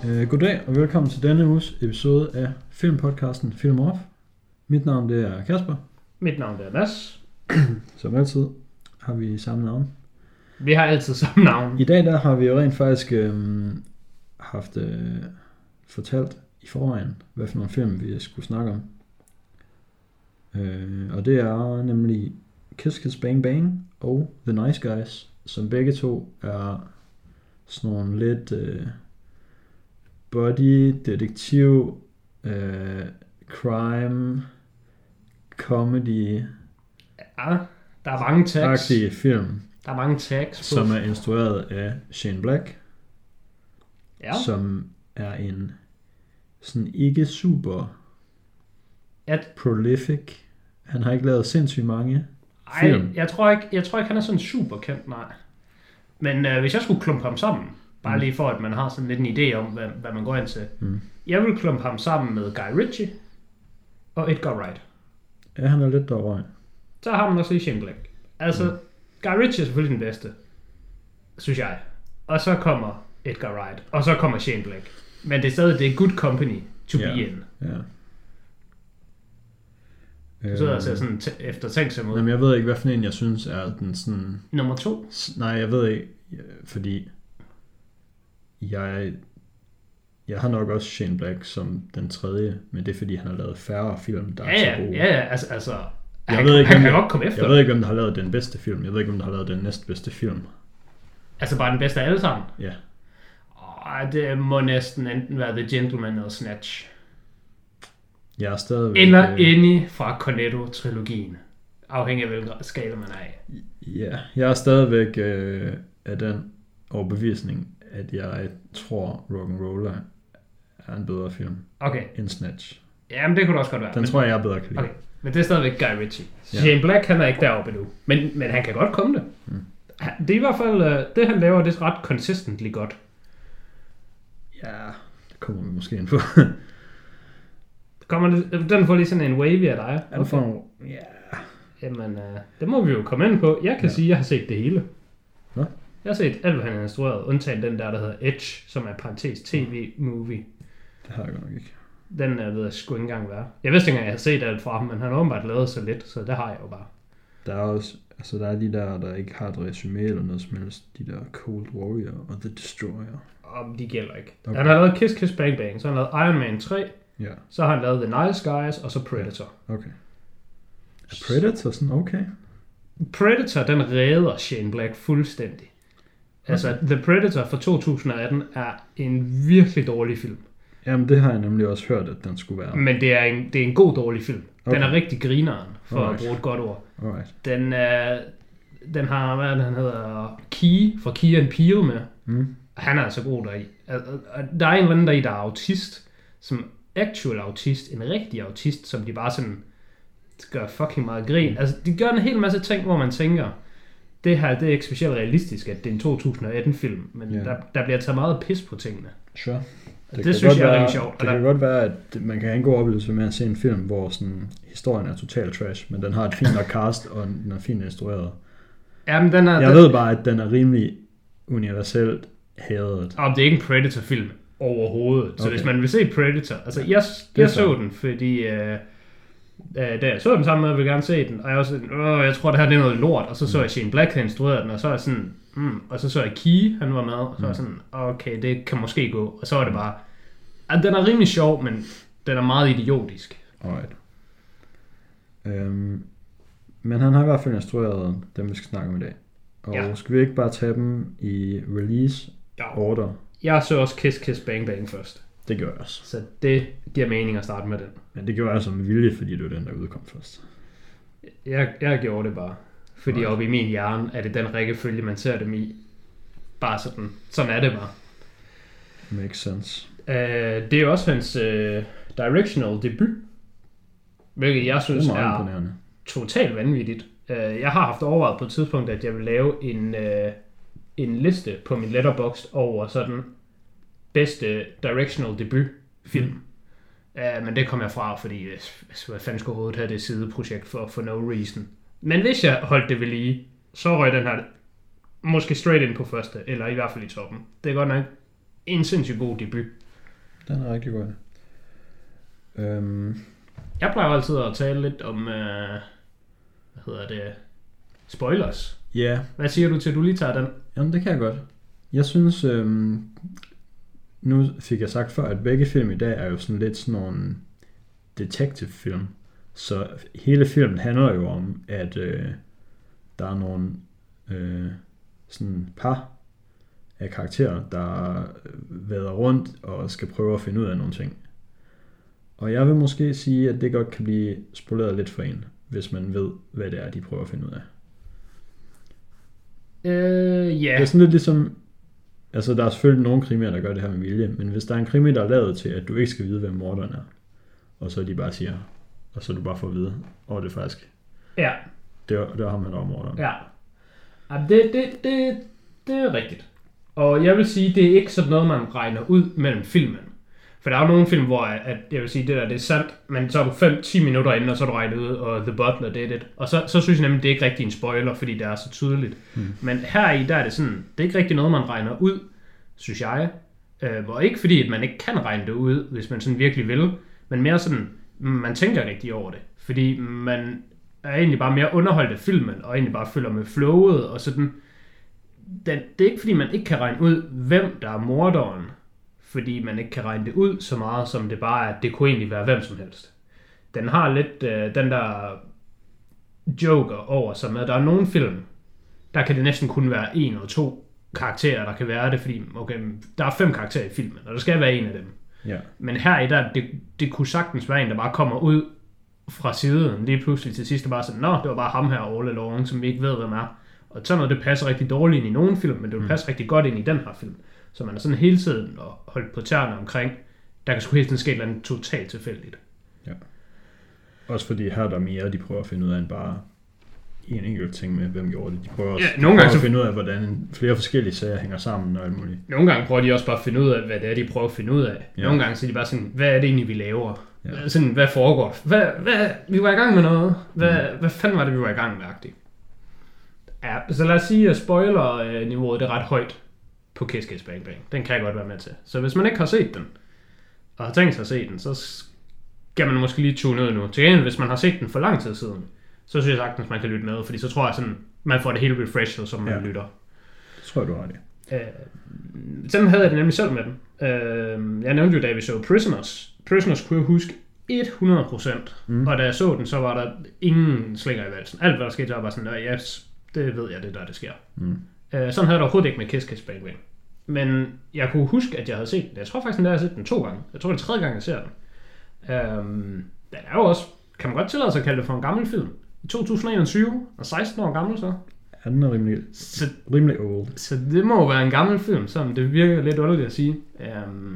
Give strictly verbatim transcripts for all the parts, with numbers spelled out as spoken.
Uh, goddag og velkommen til denne uges episode af filmpodcasten Film Off. Mit navn det er Kasper. Mit navn det er Mads. Som altid har vi samme navn. Vi har altid samme navn. I dag der har vi jo rent faktisk øhm, haft øh, fortalt i forvejen, hvad for nogle film vi skulle snakke om. Øh, og det er nemlig Kiss Kiss Bang Bang og The Nice Guys, som begge to er sådan nogle lidt øh, body, detektiv, øh, crime, comedy, Ja, der er mange tags. film. Der er mange tags på. Som er instrueret af Shane Black. Ja. Som er en sådan ikke super At, prolific. Han har ikke lavet sindssygt mange ej, film. jeg tror ikke, jeg tror ikke han er sådan super kendt, nej. Men øh, hvis jeg skulle klumpe ham sammen, bare Mm. lige for at man har sådan lidt en idé om, hvad, hvad man går ind til. Mm. Jeg vil klumpe ham sammen med Guy Ritchie og Edgar Wright. Ja, han er lidt derovre. Så har man også lige Shane Black. Altså, mm. Guy Ritchie er selvfølgelig den bedste, synes jeg. Og så kommer Edgar Wright, og så kommer Shane Black. Men det er stadig, det er good company to Ja. be in. Ja. Du sidder og ser sådan t- eftertænksom ud. Jamen, jeg ved ikke, hvad for en jeg synes er den sådan... Nummer to. Nej, jeg ved ikke, fordi jeg, jeg har nok også Shane Black som den tredje, men det er fordi, han har lavet færre film, der Ja, er så ja, gode. ja, ja, altså, altså Jeg han, ved ikke, han om kan jeg- godt komme efter. Jeg ved ikke, om der har lavet den bedste film. Jeg ved ikke, om der har lavet den næstbedste film. Altså bare den bedste af alle sammen. Ja. Åh, det må næsten enten være The Gentleman eller Snatch. Jeg er stadigvæk... Eller øh, Annie fra Cornetto-trilogien. Afhængig af hvilken skala man er af. Ja, jeg er stadigvæk øh, af den overbevisning, at jeg tror Rock'n'Roller er en bedre film Okay, end Snatch. jamen det kunne det også godt være. Den men, tror jeg, jeg er bedre kan lide. okay. Men det er stadigvæk Guy Ritchie. Ja. Shane Black, han er ikke deroppe endnu. Men, men han kan godt komme det. Mm. Han- Det er i hvert fald, øh, det han laver, det er ret consistently godt. Ja, det kommer vi måske ind på. Kommer det, den får lige sådan en wavy af dig. Er det for nogle... Ja. Jamen, øh, det må vi jo komme ind på. Jeg kan Ja. sige, at jeg har set det hele. Nå? Jeg har set alt, hvad han har instrueret, undtagen den der, der hedder Edge, som er parentes tv-movie. Det har jeg godt nok ikke. Den er ved at sgu ikke engang være. Jeg vidste ikke engang, jeg havde set alt fra ham, men han har åbenbart lavet så lidt, så det har jeg jo bare. Der er også... Altså, der er de der, der ikke har et resume eller noget som helst. De der Cold Warrior og The Destroyer. Og de gælder ikke. Okay. Okay. Han har lavet Kiss Kiss Bang Bang, så har han lavet Iron Man tre, Ja, så har han lavet The Nice Guys, og så Predator. okay. Er Predator sådan okay? Predator, den redder Shane Black fuldstændig. Altså, The Predator fra to tusind atten er en virkelig dårlig film. Jamen, det har jeg nemlig også hørt, at den skulle være. Men det er en, det er en god dårlig film. Den Okay. er rigtig grineren, for Alright. at bruge et godt ord. Alright. Den, er, den har, hvad er det, han hedder, Key fra Key and Peele med. Mm. Han er altså god deri. Og- og- og Der er en eller anden deri, der er autist, som actual autist, en rigtig autist, som de bare sådan gør fucking meget grin. Altså, de gør en hel masse ting, hvor man tænker, det her, det er ikke specielt realistisk, at det er en to tusind atten film, men Ja. der, der bliver taget meget pis på tingene. Sure. Det kan synes godt jeg er være, rigtig sjovt. Det kan godt være, at man kan have en god oplevelse med at se en film, hvor sådan, historien er totalt trash, men den har et fint nok cast, og den er fint instrueret. Jamen, den er, Jeg den, ved bare, at den er rimelig universelt hadet. Og det er ikke en Predator-film overhovedet. Så Okay. hvis man vil se Predator... Altså, jeg, Det er jeg så fair. den, fordi... Øh, øh, da jeg så den sammen med, jeg ville gerne se den. Og jeg var sådan, åh, jeg tror, det her det er noget lort. Og så så jeg Shane Black, han instruerede den. Og så er jeg sådan, mm. Og så så jeg Key, han var med. Og så var jeg sådan, okay, det kan måske gå. Og så var det bare... At den er rimelig sjov, men den er meget idiotisk. Alright. Øhm, men han har i hvert fald instrueret dem, vi skal snakke om i dag. Og Ja. skal vi ikke bare tage dem i release Ja. order? Jeg så også Kiss Kiss Bang Bang først. Det gør jeg også. Så det giver mening at starte med den. Men det gjorde jeg altså med vilje, fordi det var den, der udkom først. Jeg, jeg gjorde det bare. Fordi Right. oppe i min hjerne er det den rækkefølge, man ser dem i. Bare sådan. Sådan er det bare. Makes sense. Uh, det er jo også hans uh, directional debut. Hvilket jeg synes Det er meget er imponerende. totalt vanvittigt. Uh, jeg har haft overvejet på et tidspunkt, at jeg vil lave en, uh, en liste på min Letterboxd over sådan bedste directional debut film. Mm. Uh, men det kom jeg fra, fordi uh, hvad fanden skulle overhovedet have det sideprojekt for, for no reason. Men hvis jeg holdt det ved lige, så røg den her måske straight ind på første, eller i hvert fald i toppen. Det er godt nok en sindssygt god debut. Den er rigtig god. Øhm. Jeg plejer altid at tale lidt om, øh, hvad hedder det, spoilers. Ja. Yeah. Hvad siger du til, at du lige tager den? Jamen, det kan jeg godt. Jeg synes, øhm, nu fik jeg sagt før, at begge film i dag er jo sådan lidt sådan nogle detective-film. Så hele filmen handler jo om, at øh, der er nogle øh, sådan par af karakterer, der vader rundt og skal prøve at finde ud af nogle ting. Og jeg vil måske sige, at det godt kan blive spoleret lidt for en, hvis man ved, hvad det er, de prøver at finde ud af. Øh, ja. Det er sådan lidt ligesom, altså der er selvfølgelig nogle krimier, der gør det her med vilje, men hvis der er en krimi, der er lavet til, at du ikke skal vide, hvem morderen er, og så de bare siger, og så du bare får at vide, og det er faktisk, ja. det er, det er ham, der er morderen. Ja. Ja, det, det, det, det er rigtigt. Og jeg vil sige, det er ikke sådan noget, man regner ud mellem filmen. For der er jo nogle film, hvor at, jeg vil sige, det der det er sandt, men så er du fem til ti minutter inde, og så er du regnet ud, og The Butler did it. Og så, så synes jeg nemlig, det er ikke rigtig en spoiler, fordi det er så tydeligt. Mm. Men her i, der er det sådan, det er ikke rigtig noget, man regner ud, synes jeg. Øh, og ikke fordi, at man ikke kan regne det ud, hvis man sådan virkelig vil, men mere sådan, man tænker rigtig over det. Fordi man er egentlig bare mere underholdt af filmen, og egentlig bare følger med flowet, og sådan. Det er ikke fordi, man ikke kan regne ud, hvem der er morderen, fordi man ikke kan regne det ud så meget, som det bare er, at det kunne egentlig være hvem som helst. Den har lidt øh, den der joker over sig med, at der er nogle film, der kan det næsten kun være en eller to karakterer, der kan være det, fordi okay, der er fem karakterer i filmen, og der skal være en af dem. Ja. Men her i der, det, det kunne sagtens være en, der bare kommer ud fra siden, lige pludselig til sidst, og bare sådan, nå, det var bare ham her all along, som vi ikke ved, hvem er. Og sådan noget, det passer rigtig dårligt ind i nogle film, men det vil passe mm. rigtig godt ind i den her film. Så man er sådan hele tiden holdt på tæerne omkring, der kan sgu hele tiden ske et eller andet totalt tilfældigt. Ja. Også fordi her der er mere, de prøver at finde ud af end bare en enkelt ting med, hvem gjorde det. De prøver også ja, nogle gange at finde ud af, hvordan flere forskellige sager hænger sammen og alt muligt. Nogle gange prøver de også bare at finde ud af, hvad det er, de prøver at finde ud af. Ja. Nogle gange så er de bare sådan, hvad er det egentlig, vi laver? Ja. Sådan, hvad foregår? Hvad, hvad, vi var i gang med noget. Hvad, mm. hvad fanden var det, vi var i gang med? -agtigt? Ja, så lad os sige, at spoiler-niveauet det er ret højt på Kiss Kiss Bang Bang. Den kan jeg godt være med til. Så hvis man ikke har set den, og har tænkt sig at se den, så skal man måske lige tune ud nu. Til gengæld, hvis man har set den for lang tid siden, så synes jeg sagtens, man kan lytte med, fordi så tror jeg sådan, man får det hele refreshed, som man ja. lytter. Det tror jeg, du har det. Øh, sådan havde jeg det nemlig selv med den. Øh, jeg nævnte jo, da vi så Prisoners. Prisoners kunne jeg huske hundrede procent. Mm. Og da jeg så den, så var der ingen slinger i valsen. Alt hvad der skete, så var bare sådan, ja, yes, det ved jeg, det der, det sker. Mm. Øh, sådan havde jeg overhovedet ikke med Kiss Kiss Bang Bang. Men jeg kunne huske, at jeg havde set den. Jeg tror faktisk, at jeg har set den to gange. Jeg tror, det er tredje gang, jeg ser den. Øhm, den er jo også, kan man godt tillade sig at kalde det for en gammel film. I to tusind og enogtyve, og seksten år gammel så. Ja, den er rimelig, så, rimelig old. Så det må jo være en gammel film, som det virker lidt underligt at sige. Øhm,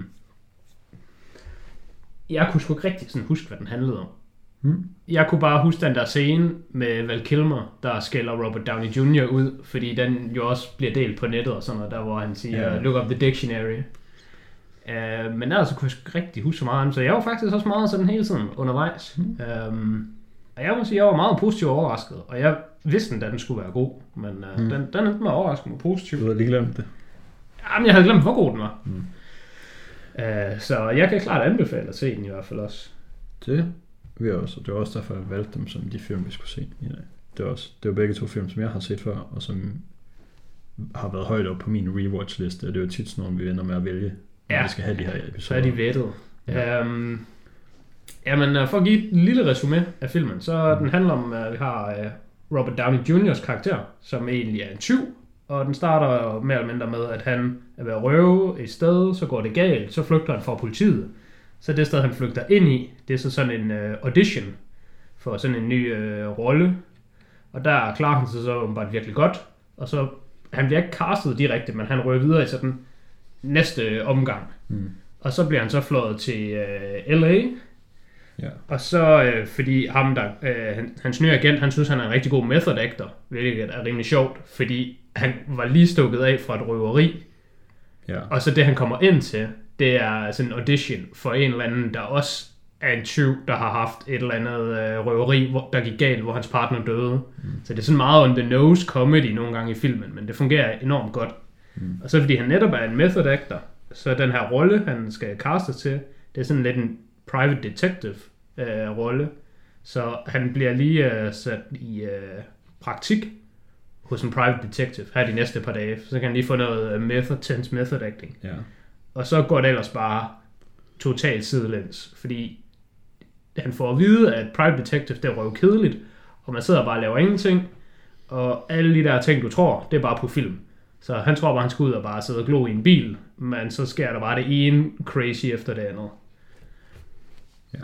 jeg kunne sgu ikke rigtig sådan huske, hvad den handlede om. Hmm. Jeg kunne bare huske den der scene med Val Kilmer, der skælder Robert Downey junior ud, fordi den jo også bliver delt på nettet og sådan noget, der hvor han siger, yeah. look up the dictionary. Uh, men ellers kunne jeg ikke rigtig huske så meget, så jeg var faktisk også meget sådan hele tiden undervejs. Hmm. Um, og jeg må sige, jeg var meget positivt overrasket, og jeg vidste, at den skulle være god, men uh, hmm. den, den endte mig overrasket mig positivt. Du havde lige glemt det? Jamen, jeg havde glemt, hvor god den var. Hmm. Uh, så jeg kan klart anbefale at se den i hvert fald også. Det vi også, det var også derfor, jeg valgte dem som de film, vi skulle se i dag. Det var, også, det var begge to film, som jeg har set før, og som har været højt op på min rewatch-liste, og det er jo tit sådan nogle, vi ender med at vælge, når ja, vi skal have de her episoder. Så er de vettet. Ja. Um, jamen, for at give et lille resume af filmen, så mm. den handler om, at vi har uh, Robert Downey juniors karakter, som egentlig er en tyv, og den starter mere eller mindre med, at han er ved at røve et sted, så går det galt, så flygter han fra politiet. Så det sted, han flygter ind i, det er så sådan en uh, audition for sådan en ny uh, rolle. Og der klarer han sig så åbenbart virkelig godt. Og så, han bliver ikke castet direkte, men han rører videre i sådan næste omgang. Mm. Og så bliver han så fløjet til uh, L A. Yeah. Og så, uh, fordi ham der, uh, hans nye agent, han synes, han er en rigtig god method actor, hvilket er rimelig sjovt, fordi han var lige stukket af fra et røveri. Yeah. Og så det, han kommer ind til, det er sådan en audition for en eller anden, der også er en tyv, der har haft et eller andet øh, røveri, hvor, der gik galt, hvor hans partner døde. Mm. Så det er sådan meget on the nose comedy nogle gange i filmen, men det fungerer enormt godt. Mm. Og så fordi han netop er en method actor, så den her rolle, han skal castes til, det er sådan lidt en private detective øh, rolle. Så han bliver lige øh, sat i øh, praktik hos en private detective her de næste par dage. Så kan han lige få noget method, tense method acting. Ja. Og så går det ellers bare totalt sidelæns, fordi han får at vide, at private detective, det er røvkedeligt, og man sidder bare og laver ingenting, og alle de der ting, du tror, det er bare på film. Så han tror bare, han skal ud og bare sidde og glo i en bil, men så sker der bare det ene crazy efter det andet. Ja.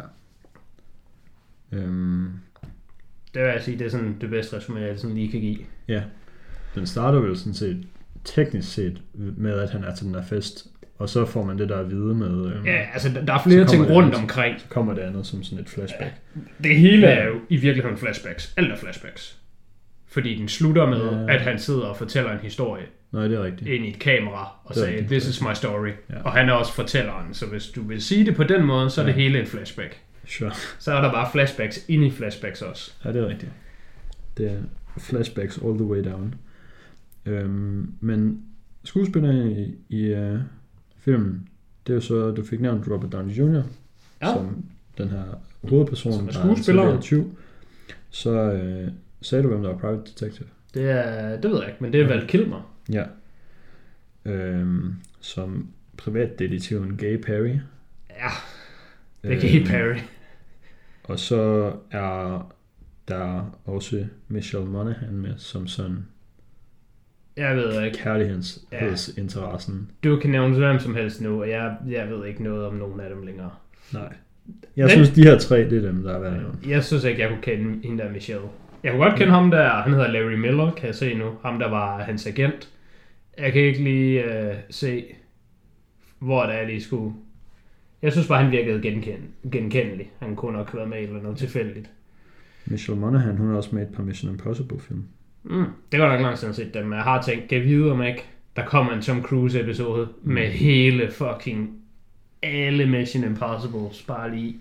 Øhm. Det vil jeg sige, det er sådan det bedste resumé, jeg sådan lige kan give. Ja. Den starter vel sådan set, teknisk set, med at han er til den der fest, og så får man det der at vide med... Øhm, ja, altså der er flere ting rundt andet, omkring. Så kommer det andet som sådan et flashback. Ja, det hele er jo i virkeligheden flashbacks. Alt er flashbacks. Fordi den slutter med, ja. At han sidder og fortæller en historie. Nej, det er rigtigt. Ind i et kamera og sagde, rigtigt. This is my story. Ja. Og han er også fortælleren, så hvis du vil sige det på den måde, så er det ja. Hele en flashback. Sure. Så er der bare flashbacks ind i flashbacks også. Ja, det er rigtigt. Det er flashbacks all the way down. Øhm, men skuespillerne i, i uh, filmen, det er jo så, du fik nævnt Robert Downey junior Ja. Som den her hovedperson, som er skuespiller. Der er tyv. Så øh, sagde du, hvem der er private detective? Det er, det ved jeg ikke, men det er Val Kilmer. Ja. Øhm, som privatdetektiven Gay Perry. Ja, det er Gay øhm, Perry. Og så er der også Michelle Monaghan med, som sådan jeg ved ikke. Kærlighedsinteressen. Ja. Du kan nævne hvem som helst nu, og jeg, jeg ved ikke noget om nogen af dem længere. Nej. Jeg men, synes, de her tre, det er dem, der er værd. Jeg synes ikke, jeg kunne kende hende der Michelle. Jeg kunne godt kende mm. ham der, han hedder Larry Miller, kan jeg se nu. Ham der var hans agent. Jeg kan ikke lige uh, se, hvor det er, lige skulle. Jeg synes bare, han virkede genkend- genkendelig. Han kunne nok være med eller noget tilfældigt. Michelle Monaghan, hun har også med et par Mission Impossible film. Mm, det var nok langt siden set dem. Jeg har tænkt, kan vide om ikke, der kommer en Tom Cruise episode mm. med hele fucking alle Mission Impossibles, bare lige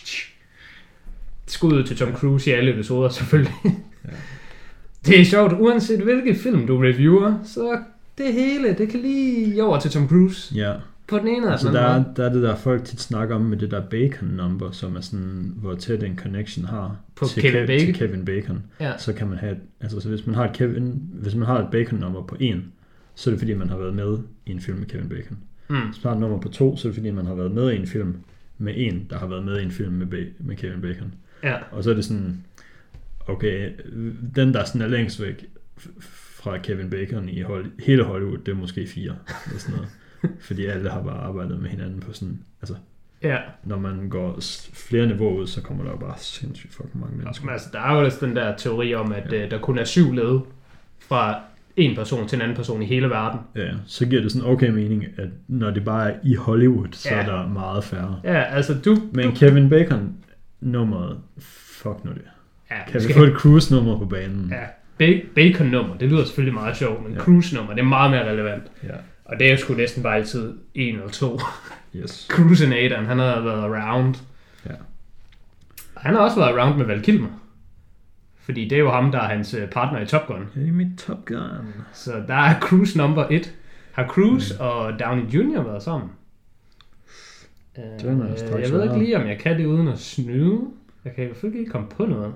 skud til Tom Cruise i alle episoder selvfølgelig. Ja. Det er sjovt, uanset hvilke film du reviewer, så det hele, det kan lige over til Tom Cruise. Ja. På den ene altså, der er, der er det der folk tit snakker om med det der Bacon number, som er sådan, hvor tæt en connection har på til, Kevin Ke- Bacon. til Kevin Bacon. Ja. Så kan man have, altså så hvis man har et Kevin, hvis man har et Bacon number på en, så er det fordi man har været med i en film med Kevin Bacon. Mm. Hvis man har et nummer på to, så er det fordi man har været med i en film med en, der har været med i en film med, Ba- med Kevin Bacon. Ja. Og så er det sådan, okay, den der sådan er længst væk fra Kevin Bacon i Holly- hele Hollywood, det er måske fire eller sådan noget. Fordi alle har bare arbejdet med hinanden på sådan, altså, ja. Når man går flere niveauer ud, så kommer der jo bare sindssygt fucking mange mennesker. Men altså, der er jo også den der teori om, at ja. uh, der kun er syv led fra en person til en anden person i hele verden. Ja, så giver det sådan okay mening, at når det bare er i Hollywood, så ja. Er der meget færre. Ja, altså du... Men du... Kevin Bacon nummeret, fuck nu det. Ja, kan vi få et cruise-nummer på banen? Ja, ba- Bacon-nummer, det lyder selvfølgelig meget sjovt, men ja. Cruise-nummer, det er meget mere relevant. Ja. Og det er jo sgu næsten bare altid en eller to. Yes. Cruisinatoren, han har været around. Ja. Han har også været around med Val Kilmer. Fordi det er jo ham, der er hans partner i Top Gun. Ja, det er mit Top Gun. Så der er Cruise number et. Har Cruise mm. og Downey junior været sammen? Det er noget, uh, jeg ved ikke lige, om jeg kan det uden at snyde. Jeg kan i hvert fald ikke komme på noget.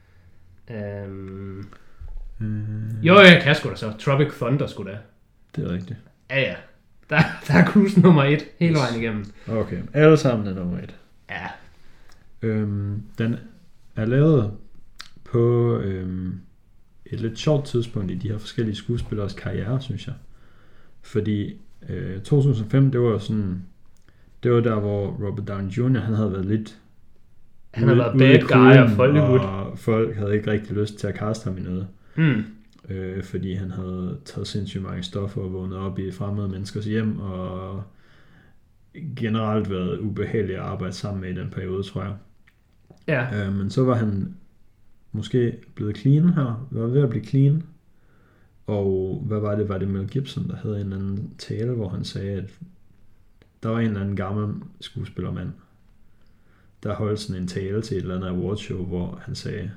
Um... Mm. Jo, jeg kan sgu da så. Tropic Thunder sgu da. Det er rigtigt. Ja, ja. Der, der er Cruise nummer et hele vejen igennem. Okay, alle sammen er nummer et. Ja. Øhm, den er lavet på øhm, et lidt sjovt tidspunkt i de her forskellige skuespilleres karriere, synes jeg. Fordi øh, to tusind og fem, det var sådan, det var der, hvor Robert Downey junior, han havde været lidt han havde været bad guy af Hollywood. Og folk havde ikke rigtig lyst til at kaste ham i noget. Mm. Øh, fordi han havde taget sindssygt mange stoffer og vågnet op i fremmede menneskers hjem og generelt været ubehagelig at arbejde sammen med i den periode, tror jeg. Ja. Øh, men så var han måske blevet clean her, var ved at blive clean, og hvad var det, var det Mel Gibson, der havde en eller anden tale, hvor han sagde, at der var en eller anden gammel skuespillermand, der holdt sådan en tale til et eller andet awardshow, hvor han sagde,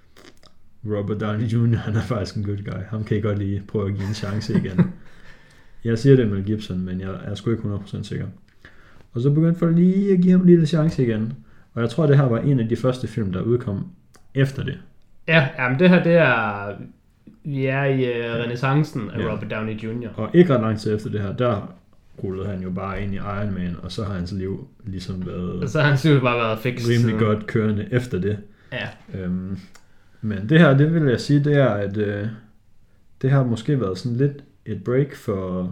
Robert Downey junior, han er faktisk en good guy. Ham kan I godt lige prøve at give en chance igen. Jeg siger det er Mel Gibson, men jeg er sgu ikke hundrede procent sikker. Og så begyndte folk lige at give ham en lille chance igen. Og jeg tror, det her var en af de første film, der udkom efter det. Ja, jamen det her, det er... Vi er i uh, renaissancen af ja. Robert Downey junior Og ikke ret lang tid efter det her, der rullede han jo bare ind i Iron Man, og så har hans liv ligesom været... Og så har hans liv bare været fikst. Rimelig så... godt kørende efter det. Ja. Øhm, men det her, det vil jeg sige, det er, at øh, det har måske været sådan lidt et break for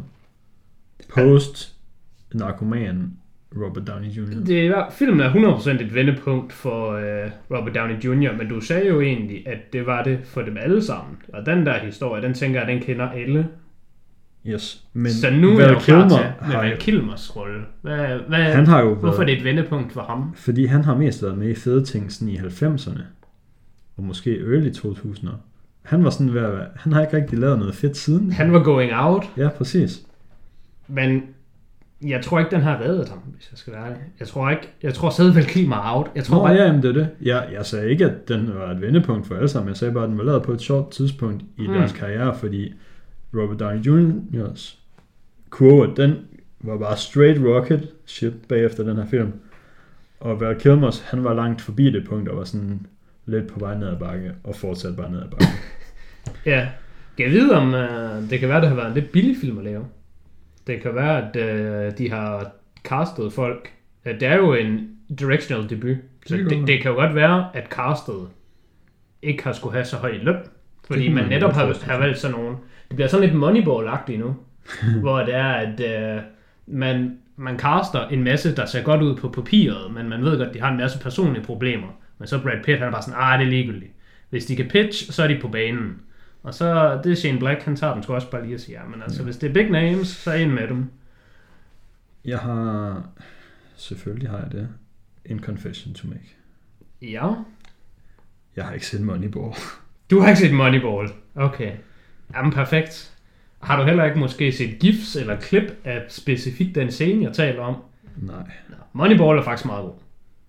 post-narkoman Robert Downey junior Det er, filmen er hundrede procent et vendepunkt for øh, Robert Downey junior, men du sagde jo egentlig, at det var det for dem alle sammen. Og den der historie, den tænker jeg, den kender alle. Yes, men så nu er Val jeg jo klar til med har... Val Kilmers rolle. Hvad, hvad, han har jo hvorfor været... er det et vendepunkt for ham? Fordi han har mest været med i fede ting sådan i halvfemserne, og måske early to tusinder. Han var sådan ved at være... Han har ikke rigtig lavet noget fedt siden. Han var going out. Ja, præcis. Men jeg tror ikke, den har reddet ham, hvis jeg skal være ærlig. Jeg tror ikke... Jeg tror stadig Val Kilmer out. Jeg tror Nå, bare... ja, jamen det er det. Jeg, jeg sagde ikke, at den var et vendepunkt for alle sammen. Jeg sagde bare, at den var lavet på et short tidspunkt i mm. deres karriere, fordi Robert Downey juniors kurve, den var bare straight rocket shit bagefter den her film. Og Val Kilmer, han var langt forbi det punkt, og var sådan lidt på vej ned ad bakke, og fortsat bare ned ad bakke. Ja. Kan jeg vide, om uh, det kan være, det har været en lidt billig film at lave? Det kan være, at uh, de har castet folk. Uh, det er jo en directional debut, så det, det, det kan jo godt være, at castet ikke har skulle have så høj løn, fordi man netop har, har valgt sådan nogen. Det bliver sådan lidt Moneyball-agtigt nu, hvor det er, at uh, man, man caster en masse, der ser godt ud på papiret, men man ved godt, at de har en masse personlige problemer. Men så Brad Pitt, han er bare sådan, ah, det er ligegyldigt. Hvis de kan pitch, så er de på banen. Og så, det er Shane Black, han tager den sgu også bare lige og siger, ja, men altså, ja. Hvis det er big names, så er en med dem. Jeg har, selvfølgelig har jeg det, en confession to make. Ja. Jeg har ikke set Moneyball. Du har ikke set Moneyball? Okay. Jamen, perfekt. Har du heller ikke måske set gifs eller klip af specifikt den scene, jeg taler om? Nej. Moneyball er faktisk meget god.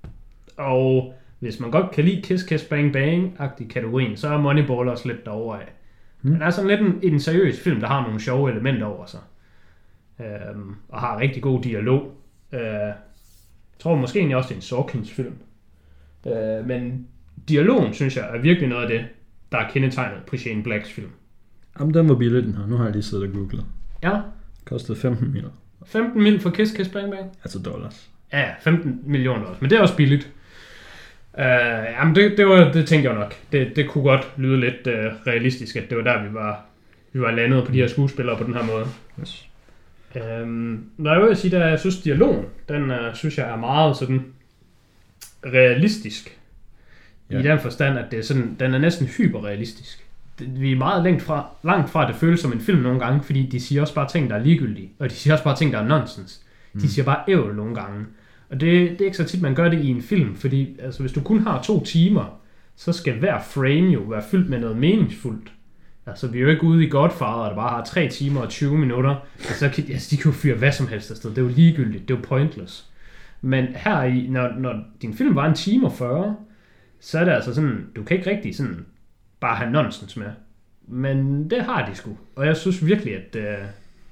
Og hvis man godt kan lide Kiss Kiss Bang Bang-agtig kategorien, så er Moneyball også lidt derovre af. Hmm. Den er sådan lidt en, en seriøs film, der har nogle sjove elementer over sig. Øhm, og har rigtig god dialog. Øh, jeg tror måske egentlig også, det er en Sorkins-film. Øh, men dialogen, synes jeg, er virkelig noget af det, der er kendetegnet på Shane Blacks film. Jamen, den var billig, den her. Nu har jeg lige siddet og googlet. Ja. Kostede femten mil. femten mil for Kiss Kiss Bang Bang? Altså dollars. Ja, femten millioner dollars. Men det er også billigt. Uh, jamen, det, det, var, det tænkte jeg nok. Det, det kunne godt lyde lidt uh, realistisk, at det var der, vi var, vi var landet på de her skuespillere på den her måde. Yes. Um, når jeg vil sige, at jeg synes, dialogen, den uh, synes jeg er meget sådan realistisk. Ja. I den forstand, at det er sådan, den er næsten hyperrealistisk. Vi er meget langt fra, langt fra, at det føles som en film nogle gange, fordi de siger også bare ting, der er ligegyldige. Og de siger også bare ting, der er nonsens. De mm. siger bare ævl nogle gange. Og det, det er ikke så tit, man gør det i en film, fordi altså, hvis du kun har to timer, så skal hver frame jo være fyldt med noget meningsfuldt. Altså, vi er jo ikke ude i Godfather, der bare har tre timer og tyve minutter. Altså, altså, de kan jo fyre hvad som helst afsted. Det er jo ligegyldigt. Det er jo pointless. Men her i, når, når din film var en time og fyrre, så er det altså sådan, du kan ikke rigtig sådan bare have nonsens med. Men det har de sgu. Og jeg synes virkelig, at... Uh,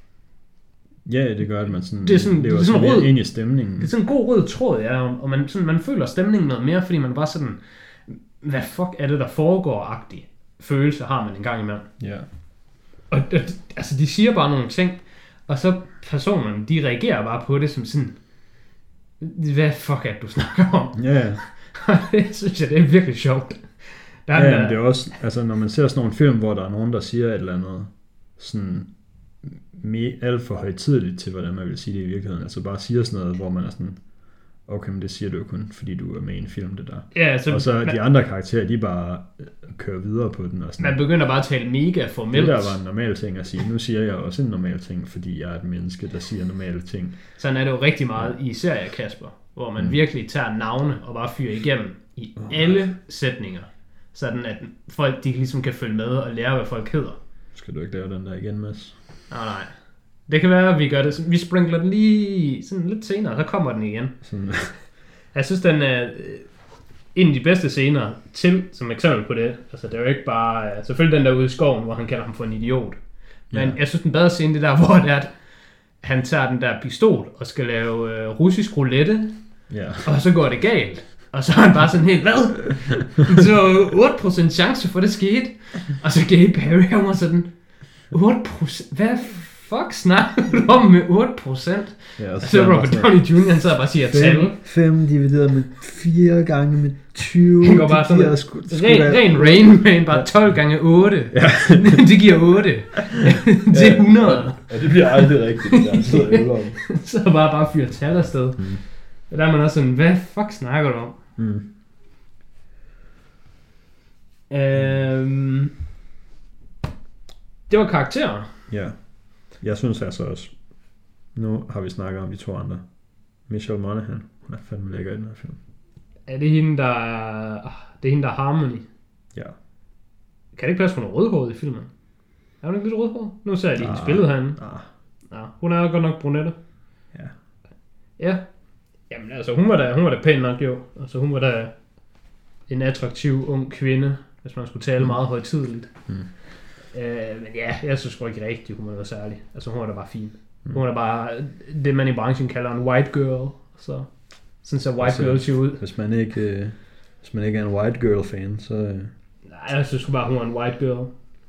ja, det gør, at man sådan, det er sådan, lever det er sådan mere rød, ind i stemningen. Det er sådan en god rød tråd, ja, og man, sådan, man føler stemningen noget mere, fordi man bare sådan, hvad fuck er det, der foregår-agtig følelse har man en gang imellem. Ja. Og altså, de siger bare nogle ting, og så personerne, de reagerer bare på det som sådan, hvad fuck er det, du snakker om? Ja. Og det synes jeg, det er virkelig sjovt. Der ja, er, men det er også, altså når man ser sådan nogle film, hvor der er nogen, der siger et eller andet, sådan alt for højtideligt til, hvordan man vil sige det i virkeligheden. Altså bare siger sådan noget, hvor man er sådan, okay, men det siger du jo kun, fordi du er med i en film, det der. Ja, så og så man, de andre karakterer, de bare kører videre på den. Og sådan. Man begynder bare at tale mega formelt. Det der var en normal ting at sige. Nu siger jeg også en normal ting, fordi jeg er et menneske, der siger normale ting. Sådan er det jo rigtig meget i serier, Kasper, hvor man mm. virkelig tager navne og bare fyrer igennem i oh. alle sætninger. Sådan at folk, de ligesom kan følge med og lære, hvad folk hedder. Skal du ikke lave den der igen, Mads? Nej, nej. Det kan være, at vi gør det. Vi sprinkler den lige sådan lidt senere, så kommer den igen. Sådan. Jeg synes, den er en af de bedste scener til, som eksempel på det. Altså, det er jo ikke bare... Selvfølgelig den der ude i skoven, hvor han kalder ham for en idiot. Men Ja. jeg synes, den bedre scene, det der, hvor det er, at han tager den der pistol og skal lave øh, russisk roulette, Ja. og så går det galt. Og så er han bare sådan helt, hvad? Så otte procent chance for det skete. Og så Gabe Perry, han var sådan, otte procent? Hvad fuck snakker du om med otte procent? Ja, og så Robert Downey junior, han sidder bare og siger tal. fem divideret med fire gange med tyve. Han går bare sådan, giver sku, sku ren, da- ren Rain Man, bare tolv gange otte. Ja. Det giver otte. Det er hundrede. Ja, det bliver aldrig rigtigt, det der sidder og øver om. Så er bare bare fyret tal afsted. Mm. Og der er man også sådan, hvad fuck snakker du om? Mm. Øhm, det var karakterer. Ja. Jeg synes altså også, nu har vi snakket om de to andre. Michelle Monaghan, hun er fandme lækker i den her film. Er det hende, der er, det er hende, der er Harmony? Ja. Kan det ikke passe, hun er rødhåret i filmen? Er hun ikke lidt rødhåret? Nu ser jeg lige Ah. hendes billede herinde. Ah, Ja, hun er godt nok brunette. ja. Ja. Jamen altså, hun var da, hun var da pæn nok jo. Altså, hun var da en attraktiv ung kvinde, hvis man skulle tale meget højtideligt. Mm. Øh, men ja, jeg synes sgu ikke rigtigt, hun var særlig. Altså, hun var da bare fin. Mm. Hun er bare det, man i branchen kalder en white girl. Så sådan ser white Altså, girl ser ud. Hvis man ikke, øh, hvis man ikke er en white girl fan, så... Øh, Nej, jeg synes sgu bare, hun er en white girl.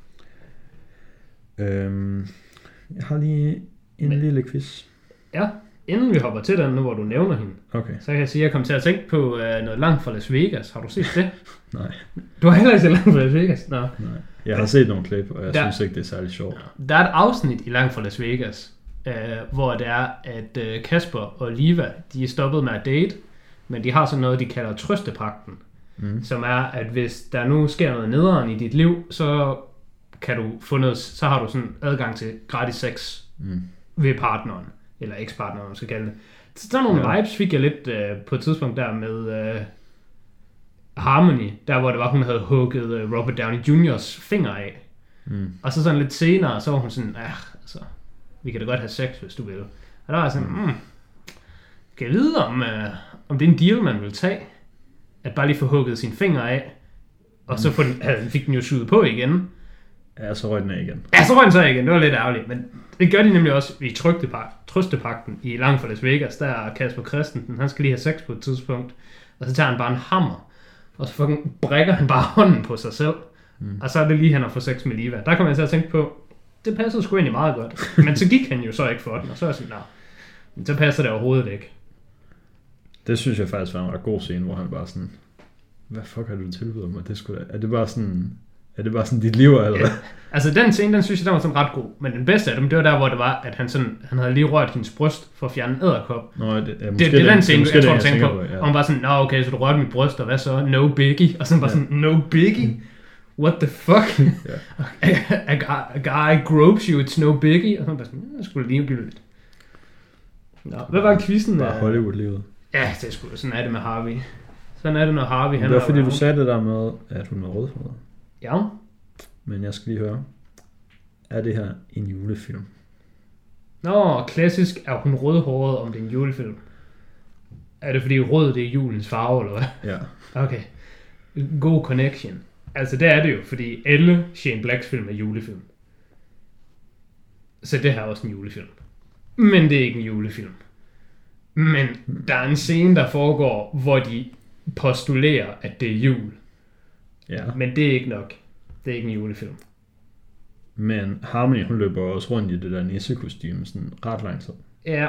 øhm, jeg har lige en Men- lille quiz. Ja, inden vi hopper til den, nu hvor du nævner hende, Okay. så kan jeg sige, at jeg kom til at tænke på øh, noget langt fra Las Vegas. Har du set det? Nej, Du har heller ikke set langt fra Las Vegas? Nå. nej. Jeg har set nogle klip, og jeg Der- synes ikke, det er særlig sjovt. Der er et afsnit i Langt fra Las Vegas, øh, hvor det er, at øh, Kasper og Liva, de er stoppet med at date, men de har sådan noget, de kalder trøstepagten, Mm. som er, at hvis der nu sker noget nederen i dit liv, så kan du få noget, så har du sådan adgang til gratis sex Mm. ved partneren, eller eks-partneren, man skal kalde det. Så der er nogle Ja. vibes, fik jeg lidt øh, på et tidspunkt der med øh, Harmony, der hvor det var, hun havde hugget øh, Robert Downey juniors finger af. Mm. Og så sådan lidt senere, så var hun sådan, ah, altså, vi kan da godt have sex, hvis du vil. Og der var jeg sådan, mm, kan jeg vide, om, øh, om det er en deal, man vil tage? At bare lige få hugget sine fingre af, og så få den, altså, fik den jo syet på igen. Ja, så røg den af igen. Ja, så røg den så igen, det var lidt ærgerligt, men det gør de nemlig også i Trøstepag- Trøstepagten i Langt fra Las Vegas. Der er Kasper Christensen, han skal lige have sex på et tidspunkt, og så tager han bare en hammer, og så fucking brækker han bare hånden på sig selv. Mm. Og så er det lige, han har fået sex med Liva. Der kommer jeg til at tænke på, det passede sgu egentlig meget godt. Men så gik han jo så ikke for den, og så er jeg sådan, nej, men så passer det overhovedet ikke. Det synes jeg faktisk var en ret god scene, hvor han bare sådan, hvad fuck har du tilbudt mig? Det skulle da, er det bare sådan, er det bare sådan dit liv, eller hvad? Altså den scene, den synes jeg, den var sådan ret god. Men den bedste af dem, det var der, hvor det var, at han, sådan, han havde lige rørt hendes bryst for at fjerne en edderkop. Nå, det, ja, Det, det er den scene, jeg tror, du tænker på. ja. Og hun var sådan, nå okay, så du rørte mit bryst, og hvad så? No biggie. Og så var sådan, no biggie? What the fuck? Ja. a, a, a guy gropes you, it's no biggie. Og så var bare sådan, det skulle ligegyldigt. Nå, hvad var quizzen? Bare Hollywood-livet. Ja, det er sgu, sådan er det med Harvey. Sådan er det, når Harvey, han Det var er fordi, du around. sagde det der med, at hun er rødhåret. Ja. Men jeg skal lige høre, er det her en julefilm? Nå, klassisk er hun rødhåret, om det er en julefilm. Er det fordi rød, det er julens farve, eller hvad? Ja. Okay. God connection. Altså, det er det jo, fordi alle Shane Blacks film er julefilm. Så det her er også en julefilm. Men det er ikke en julefilm. Men der er en scene, der foregår, hvor de postulerer, at det er jul. Ja. Men det er ikke nok. Det er ikke en julefilm. Men Harmony, hun løber også rundt i det der nissekostyme sådan ret lang tid. Ja.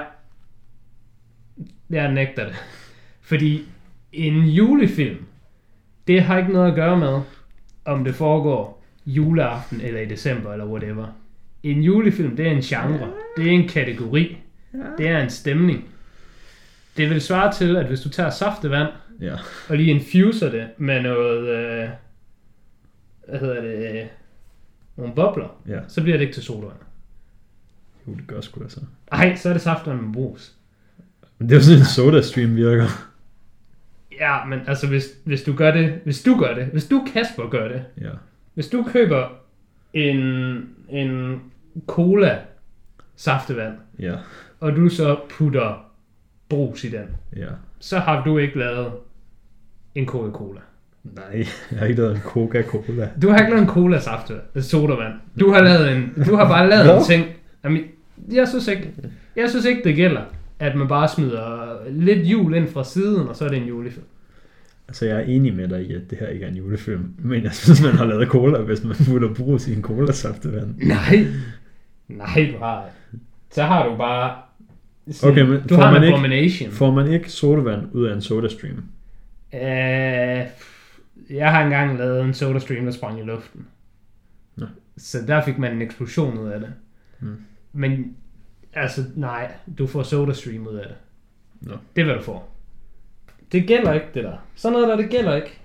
Jeg nægter det. Fordi en julefilm, det har ikke noget at gøre med, om det foregår juleaften eller i december eller whatever. En julefilm, det er en genre. Det er en kategori. Det er en stemning. Det vil svare til, at hvis du tager saftevand Ja. og lige infuser det med noget, øh, hvad hedder det, øh, nogle bobler, Ja. så bliver det ikke til sodavand. Jo, det gør sgu altså. Ej, så er det saftevand med brus. Men det er jo sådan en soda-stream virker. Ja, men altså hvis, hvis du gør det, hvis du gør det, hvis du Kasper gør det, Ja. hvis du køber en, en cola saftevand, Ja. og du så putter brus i den, Ja. så har du ikke lavet en Coca-Cola. Nej, jeg har ikke lavet en Coca-Cola. Du har ikke lavet en cola-saft, sodavand. Du har lavet en, du har bare lavet en ting. Jamen, jeg synes ikke, jeg synes ikke det gælder, at man bare smider lidt jul ind fra siden, og så er det en julefilm. Altså, jeg er enig med dig i, at det her ikke er en julefilm, men jeg synes, man har lavet cola, hvis man putter brus i en cola-saftevand. Nej, nej, du har så har du bare sådan, okay, men du får har man en ikke, abomination. Får man ikke sodavand ud af en sodastream? Uh, jeg har engang lavet en sodastream, der sprang i luften. Nå. Så der fik man en eksplosion ud af det. Hmm. Men altså, nej, du får sodastream ud af det. Nå. Det er, hvad du får. Det gælder ikke, det der. Sådan noget der, det gælder ikke.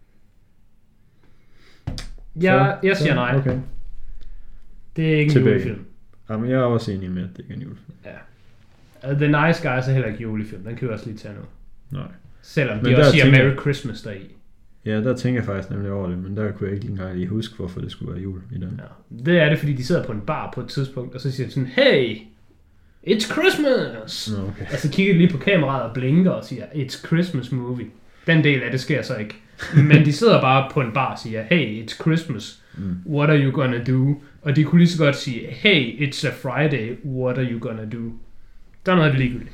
Jeg, jeg siger nej. Okay. Det er ikke Tilbage. en julefilm. Jamen, jeg er også enig med, at det ikke er en julefilm. Ja. The Nice Guys er heller ikke julefilm. Den kan vi også lige tage nu. Nej. Selvom de Men også der siger tænker- Merry Christmas deri. Ja, der tænker jeg faktisk nemlig over det, men der kunne jeg ikke engang lige huske, hvorfor det skulle være jul i den. Ja. Det er det, fordi de sidder på en bar på et tidspunkt, og så siger de sådan, hey, it's Christmas! Nå, okay. Og så kigger de lige på kameraet og blinker og siger, it's Christmas movie. Den del af det sker så ikke. Men de sidder bare på en bar og siger, hey, it's Christmas. Mm. What are you gonna do? Og de kunne lige så godt sige, hey, it's a Friday. What are you gonna do? Der er noget af det ligegyldigt.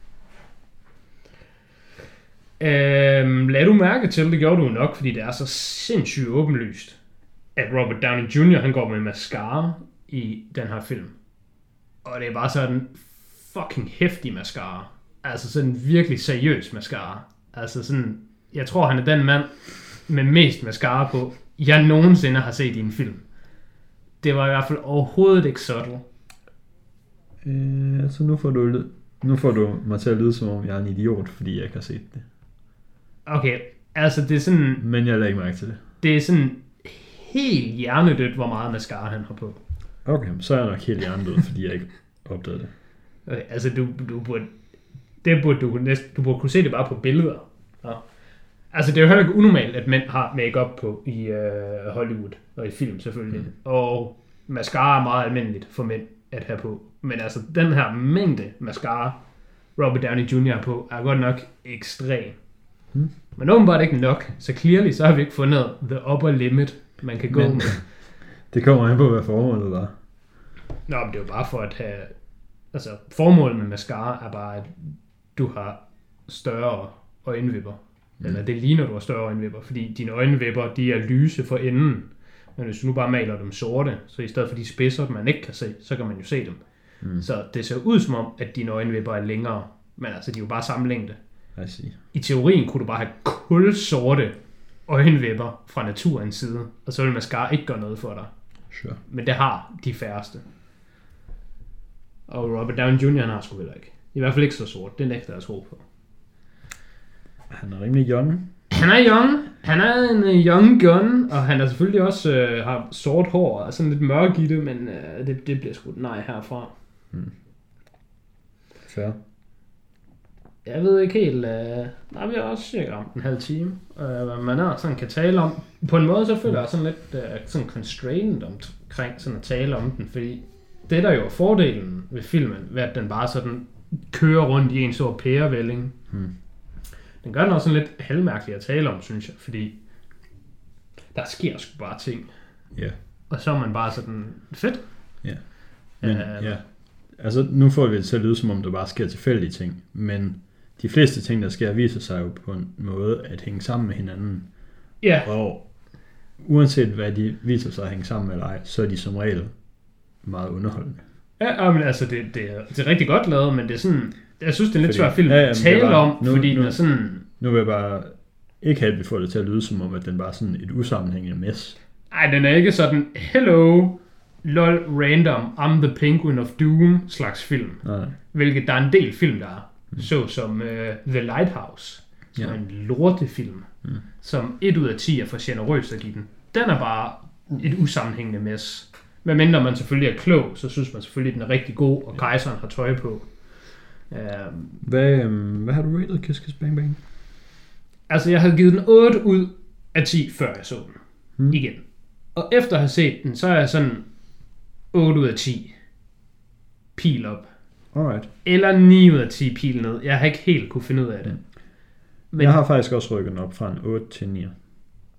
Øhm, lad du mærke til, det gjorde du nok, fordi det er så sindssygt åbenlyst, at Robert Downey junior han går med mascara i den her film. Og det er bare sådan fucking heftig mascara. Altså sådan virkelig seriøs mascara. Altså sådan, jeg tror han er den mand med mest mascara på, jeg nogensinde har set i en film. Det var i hvert fald overhovedet ikke subtle. Øh, altså nu får du lyd. Nu får du mig til at lyde, som om jeg er en idiot, fordi jeg ikke har set det. Okay, altså det er sådan, Men jeg lader ikke mærke til det. det er sådan helt hjernedødt, hvor meget mascara han har på. Okay, så er jeg nok helt hjernedød, fordi jeg ikke opdagede det. Okay, altså du, du burde, det burde du næsten, du burde kunne se det bare på billeder. Ja. Altså det er jo heller ikke unormalt, at mænd har make-up på i øh, Hollywood og i film selvfølgelig. Mm. Og mascara er meget almindeligt for mænd at have på. Men altså den her mængde mascara, Robert Downey junior har på, er godt nok ekstrem. Mm. Men åbenbart ikke nok, så clearly så har vi ikke fundet the upper limit, man kan gå Men, med. det kommer an på, hvad formålet var. Nå, men det er jo bare for at have... Altså, formålet med mascara er bare, at du har større øjenvipper. Mm. Eller det ligner, du har større øjenvipper, fordi dine øjenvipper, de er lyse for enden. Men hvis du nu bare maler dem sorte, så i stedet for de spidser, man ikke kan se, så kan man jo se dem. Mm. Så det ser ud som om, at dine øjenvipper er længere. Men altså, de er jo bare samme længde. I see. I teorien kunne du bare have kulsorte øjenvipper fra naturens side, og så vil mascara ikke gøre noget for dig. Sure. Men det har de færreste. Og Robert Downey junior han har sgu heller ikke. I hvert fald ikke så sort. Det nægter jeg at tro på. Han er rimelig young. Han er young. Han er en uh, young gun, og han er selvfølgelig også uh, har sort hår og sådan lidt mørk i det, men uh, det, det bliver sgu et nej herfra. Hmm. Fair. Jeg ved ikke helt... Uh, nej, vi har også cirka om en halv time, uh, hvad man er, sådan kan tale om. På en måde så føler jeg sådan lidt uh, sådan constrained omkring sådan at tale om den, fordi det der jo er fordelen ved filmen, ved at den bare sådan kører rundt i en stor pærevælling. Hmm. Den gør den også sådan lidt halvmærkelig at tale om, synes jeg, fordi der sker sgu bare ting. Ja. Yeah. Og så er man bare sådan, fedt. Ja. Yeah. Men, uh, ja. Altså, nu får vi det til at lyde, som om der bare sker tilfældige ting, men de fleste ting, der sker, viser sig jo på en måde at hænge sammen med hinanden. Ja. Yeah. Og uanset hvad de viser sig at hænge sammen med eller ej, så er de som regel meget underholdende. Ja, men altså, det, det, er, det er rigtig godt lavet, men det er sådan, jeg synes, det er en lidt Fordi, svær film ja, at tale bare, om, nu, fordi nu, den er sådan... Nu vil jeg bare ikke have, at vi får det til at lyde som om, at den bare er sådan et usammenhængende mess. Ej, den er ikke sådan, hello, lol, random, I'm the penguin of doom slags film. Nej. Hvilket der er en del film, der er. Mm. Så som uh, The Lighthouse, som ja. er en lortefilm, mm. som et ud af ti er for generøs at give den. Den er bare et usammenhængende mess. Men mindre man selvfølgelig er klog, så synes man selvfølgelig, at den er rigtig god, og kejseren har tøj på. Um, hvad, um, hvad har du rated Kiss Kiss Bang Bang? Altså, jeg havde givet den otte ud af ti, før jeg så den. Hmm. Igen. Og efter at have set den, så er jeg sådan otte ud af ti. Pil op. Alright. Eller ni ud af ti pil ned. Jeg har ikke helt kunne finde ud af det. Men jeg har faktisk også rykket den op fra en otte til ni.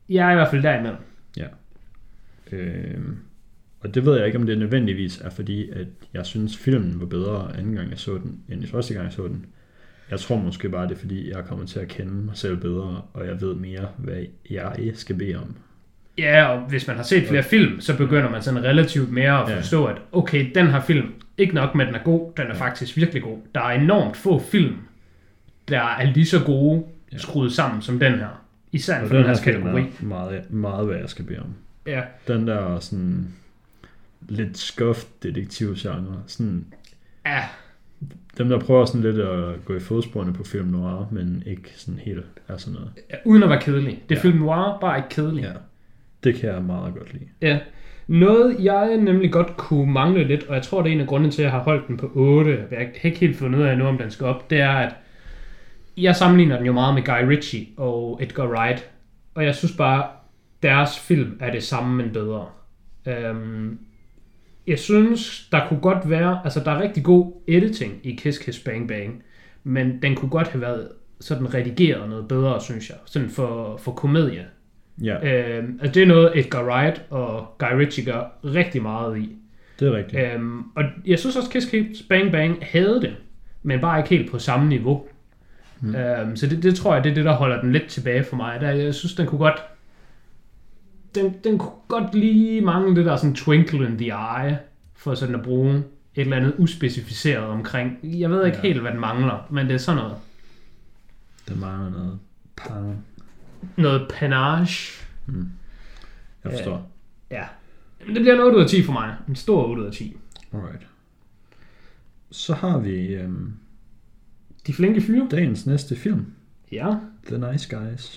Jeg er i hvert fald derimellem. Ja. Øhm, og det ved jeg ikke, om det nødvendigvis er, fordi at jeg synes, filmen var bedre anden gang, jeg så den, end i første gang, jeg så den. Jeg tror måske bare, det er, fordi jeg er kommet til at kende mig selv bedre, og jeg ved mere, hvad jeg skal bede om. Ja, og hvis man har set flere film, så begynder man sådan relativt mere at forstå, at okay, den her film, ikke nok med, at den er god, den er faktisk virkelig god. Der er enormt få film, der er lige så gode skruet sammen som den her. Især for den, den her kategori. Meget, meget, hvad jeg skal bede om. Ja. Den der sådan lidt skuffet detektivgenre. Sådan, ja. Dem, der prøver sådan lidt at gå i fodsporene på film noir, men ikke sådan helt er sådan noget. Ja, uden at være kedelig. Det er ja. Film noir, bare ikke kedelig. Ja. Det kan jeg meget godt lide. Ja. Noget, jeg nemlig godt kunne mangle lidt, og jeg tror, det er en af grunden til, at jeg har holdt den på otte, jeg har ikke helt fundet ud af nu, om den skal op, det er, at jeg sammenligner den jo meget med Guy Ritchie og Edgar Wright, og jeg synes bare, deres film er det samme, men bedre. Um, jeg synes, der kunne godt være, altså der er rigtig god editing i Kiss Kiss Bang Bang, men den kunne godt have været sådan redigeret noget bedre, synes jeg, sådan for, for komedie. Ja. Um, altså det er noget, Edgar Wright og Guy Ritchie gør rigtig meget i. Det er rigtigt. Um, og jeg synes også, Kiss Kiss Bang Bang havde det, men bare ikke helt på samme niveau. Hmm. Um, så det, det tror jeg, det er det, der holder den lidt tilbage for mig. Der, jeg synes, den kunne godt den, den kunne godt lige mangle det der sådan twinkle in the eye, for sådan at bruge et eller andet uspecificeret omkring. Jeg ved ikke ja. helt, hvad den mangler, men det er sådan noget. Den mangler noget pan. Noget panage. Hmm. Jeg forstår. Uh, ja. Men det bliver en otte ud af ti for mig. En stor otte ud af ti. Alright. Så har vi Um De flinke fyre. Dagens næste film. Ja. The Nice Guys.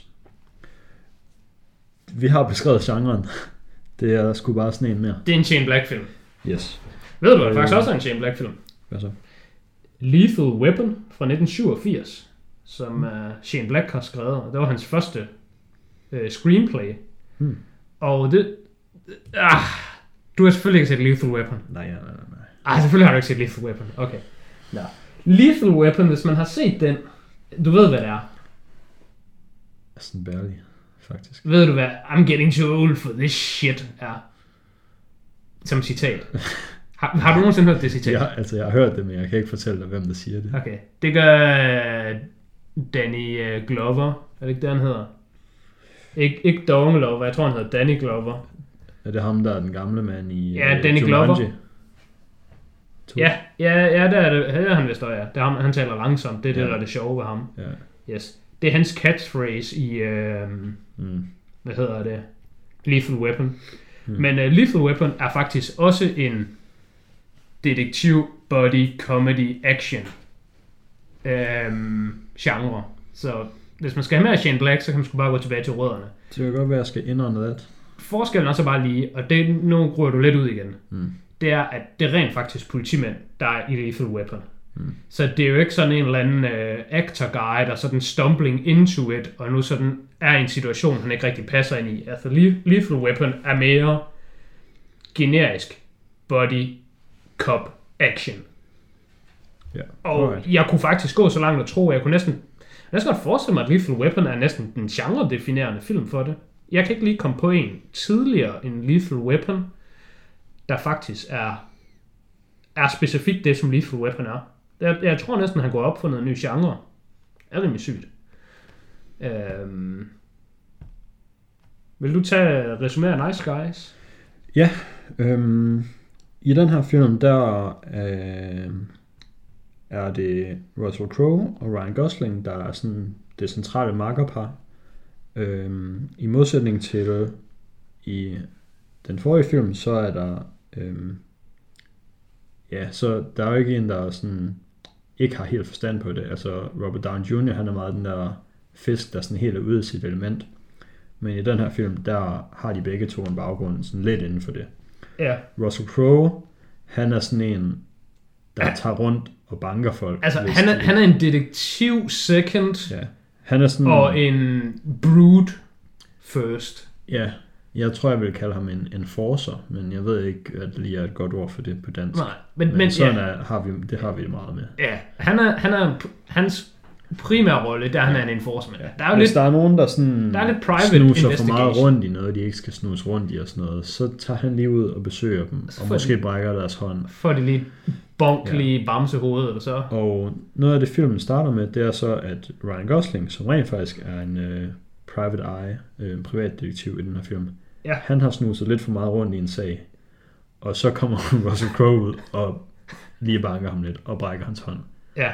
Vi har beskrevet genren. Det er sgu bare sådan en mere. Det er en Shane Black film. Yes. Ved du, hvad det faktisk også er en Shane Black film? Hvad så? Lethal Weapon fra nitten syvogfirs, som mm. uh, Shane Black har skrevet. Det var hans første uh, screenplay. Mm. Og det... Ah, du har selvfølgelig ikke set Lethal Weapon. Nej, nej, nej, nej. Ah, selvfølgelig har du ikke set Lethal Weapon. Okay. Nå. Lethal Weapon, hvis man har set den, du ved, hvad det er. Sådan barely, faktisk. Ved du, hvad I'm getting too old for this shit er? Som citat. Har, har du nogensinde hørt det citat? Ja, altså jeg har hørt det, men jeg kan ikke fortælle dig, hvem der siger det. Okay. Det gør Danny Glover. Er det ikke det, han hedder? Ik- ikke Dawn Glover, jeg tror, han hedder Danny Glover. Er det ham, der er den gamle mand i Ja, Danny Glover. Ja, ja, ja, det er det. Det er han vist også, ja. Det er ham, han taler langsomt. Det er ja. det, der er det sjove ved ham. Ja. Yes. Det er hans catchphrase i, øh, mm. hvad hedder det? Lethal Weapon. Mm. Men uh, Lethal Weapon er faktisk også en detektiv, body, comedy, action øh, genre. Så hvis man skal have mere Shane Black, så kan man sgu bare gå tilbage til rødderne. Det kan godt være, at jeg skal indrømme det. Forskellen er så bare lige, og det, nu gruer du lidt ud igen. Mm. Det er, at det er rent faktisk politimænd, der er i Lethal Weapon. Mm. Så det er jo ikke sådan en eller anden uh, actor guy, der sådan stumbling into it, og nu sådan er i en situation, han ikke rigtig passer ind i. Altså Lethal Weapon er mere generisk body cop action. Yeah. Og jeg kunne faktisk gå så langt at tro, at jeg kunne næsten, jeg skal godt forestille mig, at Lethal Weapon er næsten den genre-definerende film for det. Jeg kan ikke lige komme på en tidligere end Lethal Weapon, der faktisk er, er specifikt det, som Lethal Weapon er. Jeg, jeg tror næsten, han går op for noget ny genre. Det er rimelig sygt. Øhm. Vil du tage resumé af Nice Guys? Ja. Øhm, I den her film, der øh, er det Russell Crowe og Ryan Gosling, der er sådan det centrale makkerpar. Øhm, I modsætning til i den forrige film, så er der øhm, ja, så der er jo ikke en, der sådan ikke har helt forstand på det. Altså Robert Downey junior, han er meget den der fisk, der sådan helt er ude af sit element. Men i den her film, der har de begge to en baggrund sådan lidt inden for det. Ja. Russell Crowe, han er sådan en, der tager rundt og banker folk. Altså han er, han er en detektiv second. Ja. Han er sådan, og en brute first. Ja, jeg tror, jeg vil kalde ham en enforcer, men jeg ved ikke, at lige er et godt ord for det på dansk. Nej, men, men, men sådan ja. er, har vi, det har vi det meget med. Ja, han er, han er, hans primære rolle, der er han er en enforcement. Ja. Der er jo Hvis lidt, der er nogen, der, sådan der er lidt private snuser for meget investigation. rundt i noget, de ikke skal snuse rundt i og sådan noget, så tager han lige ud og besøger dem, Så og får måske de- brækker deres hånd. får de lige bonk lige bamsehovedet, eller så. Og noget af det, filmen starter med, det er så, at Ryan Gosling, som rent faktisk er en øh, private eye, øh, privatdetektiv i den her film, Ja. han har snuset lidt for meget rundt i en sag. Og så kommer Russell Crowe ud og lige banker ham lidt og brækker hans hånd. Ja,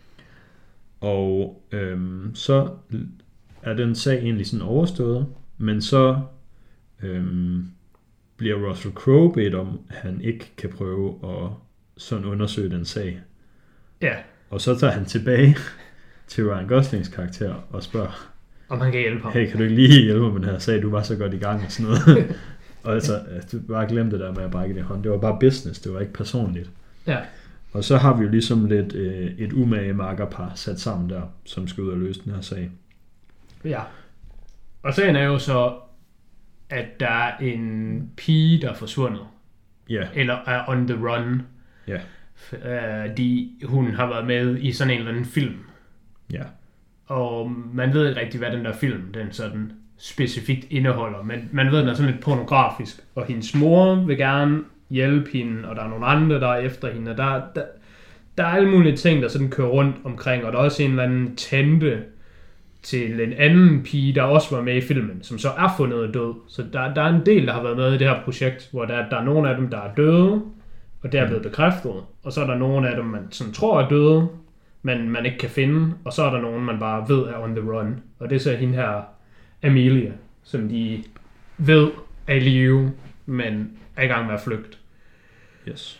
Og øhm, så er den sag egentlig sådan overstået, men så øhm, bliver Russell Crowe bedt om, at han ikke kan prøve at sådan undersøge den sag. ja. Og så tager han tilbage til Ryan Goslings karakter og spørger, Om han kan hjælpe ham. hey, kan du ikke lige hjælpe mig med den her sag? Du var så godt i gang og sådan noget. Og altså, du bare glemte det der med at brække din hånd. Det var bare business, det var ikke personligt. Ja, Og så har vi jo ligesom lidt øh, et umage makkerpar sat sammen der, som skal ud og løse den her sag. ja. Og sagen er jo så, at der er en pige, der er forsvundet. Ja, Eller er on the run. ja, Øh, de, hun har været med i sådan en eller anden film. ja. Og man ved ikke rigtig, hvad den der film, den sådan specifikt indeholder. Men man ved, den er sådan lidt pornografisk. Og hendes mor vil gerne hjælpe hende, og der er nogle andre, der er efter hende. Og der, der, der er alle mulige ting, der sådan kører rundt omkring. Og der er også en eller anden tante til en anden pige, der også var med i filmen, som så er fundet død. Så der, der er en del, der har været med i det her projekt, hvor der, der er nogle af dem, der er døde, og det er blevet bekræftet. Og så er der nogle af dem, man sådan tror er døde, men man ikke kan finde. Og så er der nogen, man bare ved er on the run. Og det er så hende her, Amelia, som de ved er i live, men er i gang med at flygte. Yes.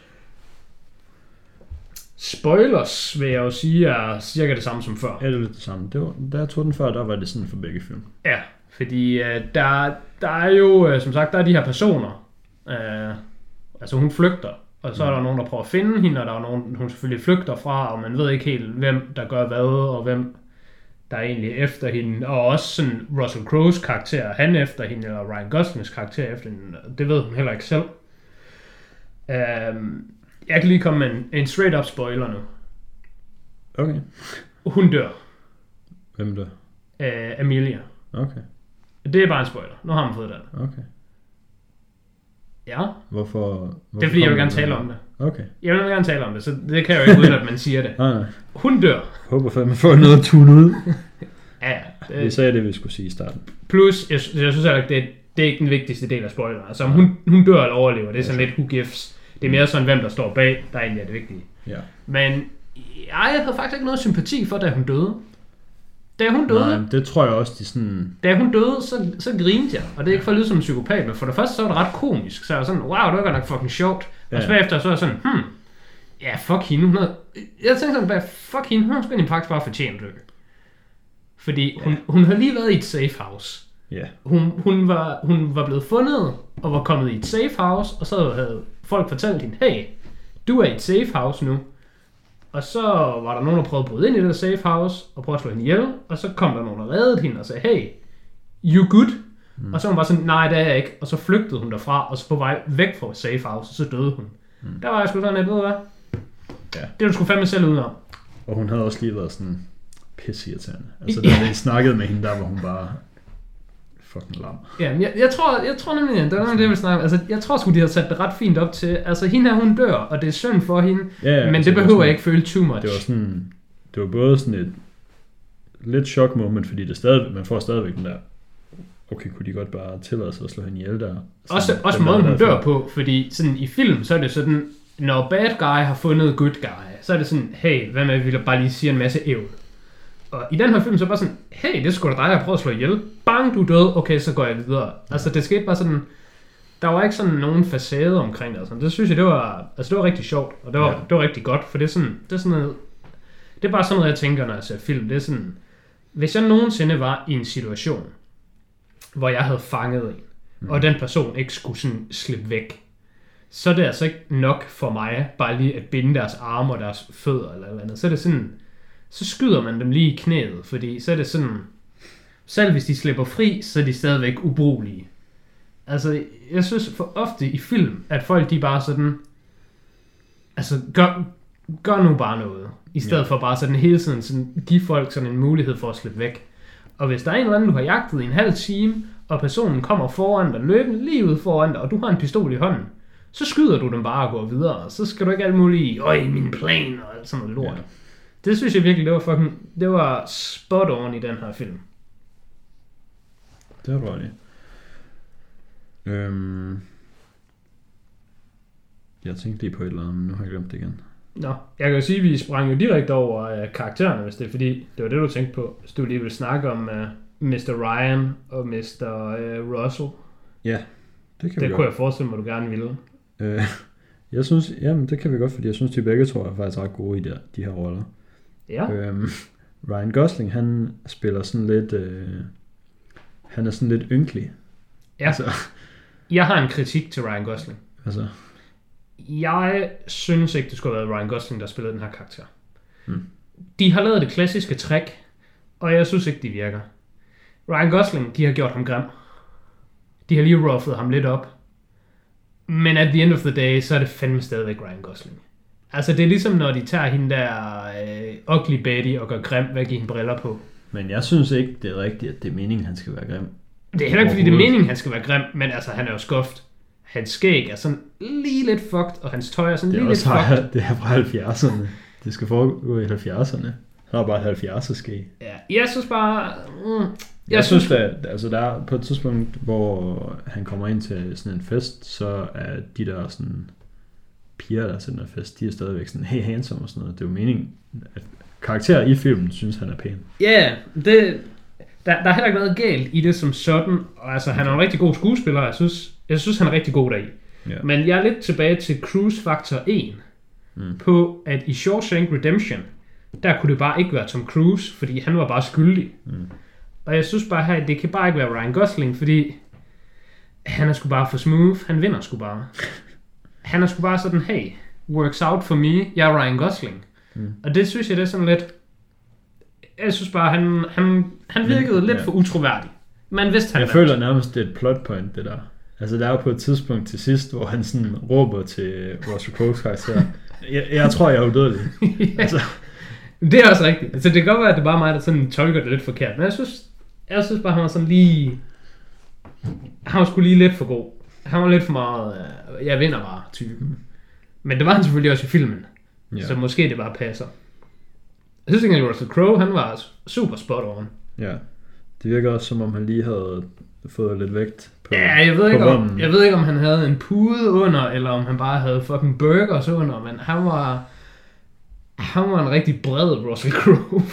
Spoilers, vil jeg jo sige, er cirka det samme som før. Ja, det er lidt det samme. Det var, da jeg tog den før, der var det sådan for begge film. Ja, fordi uh, der, der er jo, uh, som sagt, der er de her personer. Uh, altså hun flygter, og så er der nogen, der prøver at finde hende, og der er nogen, hun selvfølgelig flygter fra, og man ved ikke helt, hvem der gør hvad, og hvem der er egentlig efter hende. Og også sådan Russell Crowe's karakter, han efter hende, eller Ryan Goslings karakter efter hende, det ved hun heller ikke selv. Uh, jeg kan lige komme med en, en straight up spoiler nu. Okay. Hun dør. Hvem der? Uh, Amelia. Okay. Det er bare en spoiler. Nu har man fået den. Okay. Ja. Hvorfor? hvorfor Det er fordi, jeg vil kom gerne den? tale om det. Okay. Jeg vil gerne tale om det, så det kan jeg jo ikke uden, at man siger det. Nej, nej. Hun dør. Håber for, at man får noget at tune ud. Ja, ja. Vi Det, sagde det, vi skulle sige i starten. plus, jeg, jeg synes heller ikke, det, det er ikke den vigtigste del af spoileren. Altså, om hun, hun dør eller overlever, det er sådan lidt who gives. Det er mere sådan, hvem der står bag, der egentlig er det vigtige. Ja. Men jeg havde faktisk ikke noget sympati for, da hun døde. Da hun døde, Nej, det tror jeg også, de sådan... da hun døde, så, så grinte jeg. Og det er ikke for at lyde som en psykopat, men for det første så var det ret komisk. Så jeg var sådan, wow, det var godt nok fucking sjovt. Og så Ja. bagefter så var jeg sådan, hmm, ja, fuck hende. Hun havde, jeg tænkte sådan, bare, fuck hende, hun skulle egentlig faktisk bare fortjene lykke. Fordi hun, hun havde lige været i et safe house. Ja. Hun, hun, var, hun var blevet fundet og var kommet i et safe house, og så havde folk fortalt hende, hey, du er i et safe house nu. Og så var der nogen, der prøvede at bryde ind i det safe house og prøvede at slå hende ihjel, og så kom der nogen, der reddede hende og sagde, hey, you good? Mm. Og så var hun bare sådan, nej, det er jeg ikke. Og så flygtede hun derfra, og så på vej væk fra safe house, og så døde hun. Mm. Der var jeg sgu sådan lidt, ved du hvad? Ja. Det er du sgu fandme selv udenom. Og hun havde også lige været sådan pisseirriterende. Altså, da Ja. vi snakkede med hende, der var hun bare fucking lam. Ja, men jeg, jeg, tror, jeg tror nemlig, det var nemlig det, jeg ville snakke om. Altså, jeg tror sgu, de har sat det ret fint op til. Altså, hende her, hun dør, og det er synd for hende. Ja, ja, men altså, det var behøver sådan- jeg ikke føle too much. Det var sådan, det var både sådan et lidt chok moment, fordi det stadig, man får stadigvæk den der, okay, kunne de godt bare tillade sig at slå hende ihjel der? Sådan, Også, også den der måden, hun derfor. dør på, fordi sådan i film, så er det sådan, når bad guy har fundet good guy, så er det sådan, hey, hvad med, vi vil bare lige sige en masse ævl. Og i den her film, så er det bare sådan, hey, det er sgu da dig, jeg har prøvet at slå ihjel. Bang, du er død, okay, så går jeg videre. Altså, det skete bare sådan, der var ikke sådan nogen facade omkring det. Altså. Det synes jeg, det var, altså, det var rigtig sjovt, og det var, Ja. det var rigtig godt, for det er sådan, det er sådan noget, det er bare sådan noget, jeg tænker, når jeg ser film. Det er sådan, hvis jeg nogensinde var i en situation, hvor jeg havde fanget en, mm. og den person ikke skulle sådan slippe væk, så er det altså ikke nok for mig bare lige at binde deres arme og deres fødder eller noget andet. Så er det sådan, så skyder man dem lige i knæet, fordi så er det sådan, selv hvis de slipper fri, så er de stadigvæk ubrugelige. Altså, jeg synes for ofte i film, at folk de bare sådan, altså gør, gør nu bare noget. I stedet ja. for bare sådan hele tiden sådan, give folk sådan en mulighed for at slippe væk. Og hvis der er en eller anden, du har jagtet i en halv time, og personen kommer foran dig, løbende lige ud foran dig, og du har en pistol i hånden, så skyder du dem bare og går videre, og så skal du ikke alt muligt, øj, min plan og alt sådan noget lort. Ja. Det synes jeg virkelig, det var fucking, det var spot on i den her film. Det var det. Øhm... Jeg tænkte lige på et eller andet, men nu har jeg glemt det igen. Nå, jeg kan jo sige, at vi sprang jo direkte over uh, karaktererne, hvis det er fordi, det var det, du tænkte på. Hvis du lige vil snakke om uh, mister Ryan og mister Uh, Russell. Ja, det kan det vi kunne godt. Jeg forestille mig, du gerne ville. Øh, jeg synes, jamen det kan vi godt, fordi jeg synes, de begge to er faktisk ret gode i der, de her roller. Ja. Øhm, Ryan Gosling, han spiller sådan lidt, øh, han er sådan lidt ynkelig. Ja, altså, jeg har en kritik til Ryan Gosling. Altså... Jeg synes ikke, det skulle have været Ryan Gosling, der spillede den her karakter. Hmm. De har lavet det klassiske trick, og jeg synes ikke, de virker. Ryan Gosling, de har gjort ham grim. De har lige ruffet ham lidt op. Men at the end of the day, så er det fandme stadigvæk Ryan Gosling. Altså det er ligesom, når de tager hende der øh, ugly Betty og gør grim ved at give hende briller på. Men jeg synes ikke, det er rigtigt, at det er meningen, han skal være grim. Det er heller ikke, fordi det er meningen, han skal være grim, men altså han er jo skuft. Hans skæg er sådan lige lidt fucked, og hans tøj er sådan lige lidt fucked. Det er fra halvfjerdserne. Det skal foregå i halvfjerdserne. Han har bare et halvfjerdser skæg. Ja, jeg synes bare... Mm, jeg, jeg synes, synes at altså der er på et tidspunkt, hvor han kommer ind til sådan en fest, så er de der sådan piger, der er til den her fest, de er stadigvæk sådan, hey, handsome og sådan noget. Det er jo meningen, at karakterer i filmen synes, han er pæn. Ja, yeah, det... Der, der er heller ikke noget galt i det som sådan. Og altså, han er en rigtig god skuespiller. Jeg synes, jeg synes han er rigtig god deri. Yeah. Men jeg er lidt tilbage til Cruise Factor en. Mm. På at i Shawshank Redemption, der kunne det bare ikke være Tom Cruise, fordi han var bare skyldig. Mm. Og jeg synes bare her, det kan bare ikke være Ryan Gosling, fordi han er sgu bare for smooth. Han vinder sgu bare. Han er sgu bare sådan, hey, works out for me. Jeg er Ryan Gosling. Mm. Og det synes jeg, det er sådan lidt... Jeg synes bare, han, han, han virkede men, lidt ja. for utroværdig. Man vidste, han Jeg føler nærmest, det er et plot point, det der. Altså, der er jo på et tidspunkt til sidst, hvor han sådan råber til Russell Crowe's karakter. jeg, jeg tror, jeg er udødelig. ja. Altså. Det er også rigtigt. Altså, det kan godt være, at det er bare mig, der sådan tolker det lidt forkert. Men jeg synes, jeg synes bare, han var sådan lige... Han var sgu lige lidt for god. Han var lidt for meget... Uh, jeg vinder bare typen. Men det var han selvfølgelig også i filmen. Ja. Så måske det bare passer. Jeg synes ikke, at Russell Crowe, han var super spot on. Ja, det virker også, som om han lige havde fået lidt vægt på Ja, jeg ved, ikke, om, jeg ved ikke, om han havde en pude under, eller om han bare havde fucking burgers under, men han var, han var en rigtig bred Russell Crowe.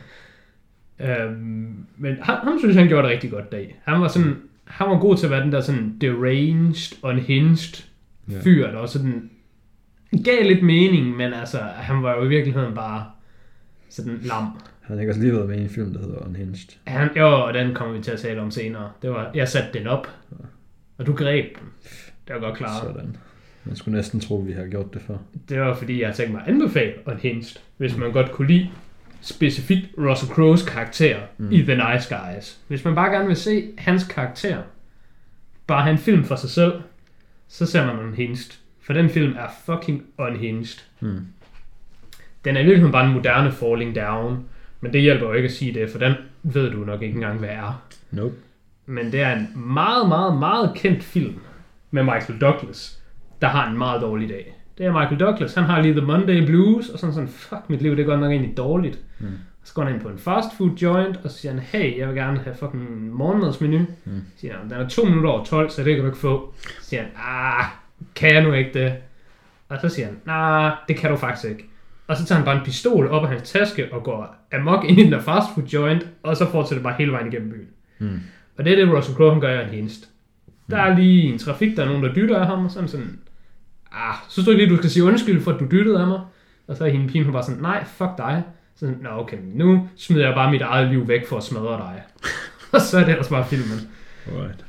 Ja. øhm, men han, han synes, han gjorde det rigtig godt dag. Han var sådan, han var god til at være den der sådan deranged, unhinged fyr, der også sådan gav lidt mening, men altså, han var jo i virkeligheden bare sådan lam. Han har ikke også lige været med i en film, der hedder Unhinged. Han, jo, og den kommer vi til at tale om senere. Det var, jeg satte den op, ja. Og du greb den. Det var godt klart. Sådan. Man skulle næsten tro, at vi har gjort det før. Det var fordi, jeg tænkte mig at anbefale Unhinged, hvis man godt kunne lide specifikt Russell Crowe's karakter mm. i The Nice Guys. Hvis man bare gerne vil se hans karakter, bare have en film for sig selv, så ser man Unhinged. For den film er fucking unhinged. Mm. Den er virkelig bare en moderne Falling Down. Men det hjælper jo ikke at sige det, for den ved du nok ikke engang, hvad er. Nope. Men det er en meget, meget, meget kendt film med Michael Douglas, der har en meget dårlig dag. Det er Michael Douglas. Han har lige The Monday Blues, og sådan sådan, fuck, mit liv, det er godt nok egentlig dårligt. Mm. Så går han ind på en fast food joint, og så siger han, hey, jeg vil gerne have fucking morgenmadsmenu. Mm. Så siger han, den er to minutter over tolv, så det kan du ikke få. Så siger han, ah, kan jeg nu ikke det? Og så siger han, nej, nah, det kan du faktisk ikke. Og så tager han bare en pistol op af hans taske og går amok ind i den der fast food joint, og så fortsætter bare hele vejen igennem byen. Mm. Og det er det, Russell Crowe han gør i Unhinged. Der er lige en trafik, der er nogen, der dytter af ham, og sådan sådan, ah, så står ikke lige, du skal sige undskyld for, at du dyttede af mig. Og så er hende pigen, hun bare sådan, nej, fuck dig. Så sådan, nå okay, nu smider jeg bare mit eget liv væk for at smadre dig. Og så er det ellers bare filmen. Alright.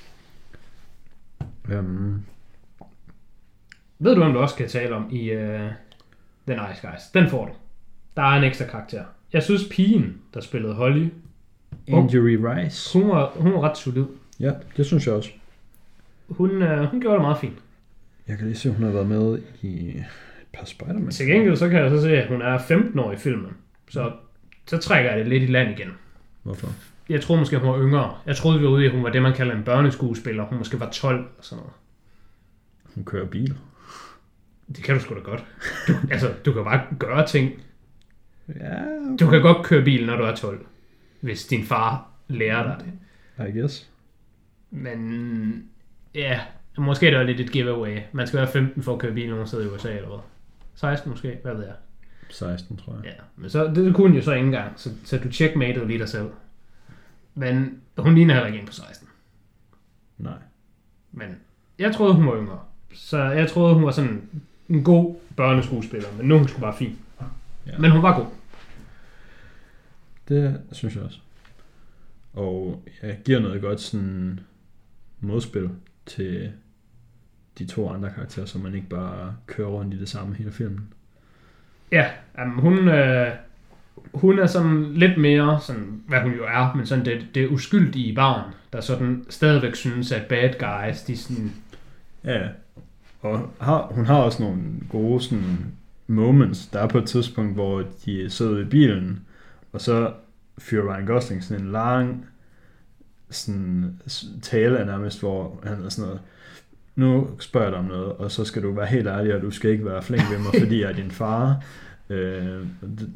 Um. Ved du, om du også kan tale om i uh, The Nice Guys? Den får du. Der er en ekstra karakter. Jeg synes, pigen, der spillede Holly, Injury Rice, hun var, hun var ret solid. Ja, det synes jeg også. Hun, uh, hun gjorde det meget fint. Jeg kan lige se, hun har været med i par Spider-Man. Til gengæld så kan jeg så se, at hun er femten år i filmen. Så, så trækker jeg det lidt i land igen. Hvorfor? Jeg tror måske, hun var yngre. Jeg troede, vi var ude i, at hun var det, man kalder en børneskuespiller. Hun måske var tolv eller sådan noget. Hun kører bil. Det kan du sgu da godt. Du, altså, du kan bare gøre ting. Ja, okay. Du kan godt køre bil, når du er tolv. Hvis din far lærer dig det. I guess. Men ja, måske er det lidt et giveaway. Man skal være femten for at køre bil nogen sted i U S A eller hvad. seksten måske, hvad ved jeg. seksten, tror jeg. Ja, men så, det kunne hun jo så ikke engang. Så, så du checkmatede lige dig selv. Men hun ligner heller ikke en på seksten. Nej. Men jeg troede, hun var yngre. Så jeg troede, hun var sådan en god børneskuespiller. Men nu hun skulle bare fint. Ja. Men hun var god. Det synes jeg også. Og jeg giver noget godt sådan modspil til de to andre karakterer, så man ikke bare kører rundt i det samme hele filmen. Ja, um, hun, øh, hun er sådan lidt mere, sådan, hvad hun jo er, men sådan det, det uskyldige barn, der sådan stadigvæk synes, at bad guys, de sådan... Ja, og har, hun har også nogle gode sådan moments. Der er på et tidspunkt, hvor de sidder i bilen, og så fyrer Ryan Gosling sådan en lang sådan tale nærmest, hvor han er sådan noget, nu spørger jeg dig om noget, og så skal du være helt ærlig, og du skal ikke være flink ved mig, fordi jeg er din far. Øh,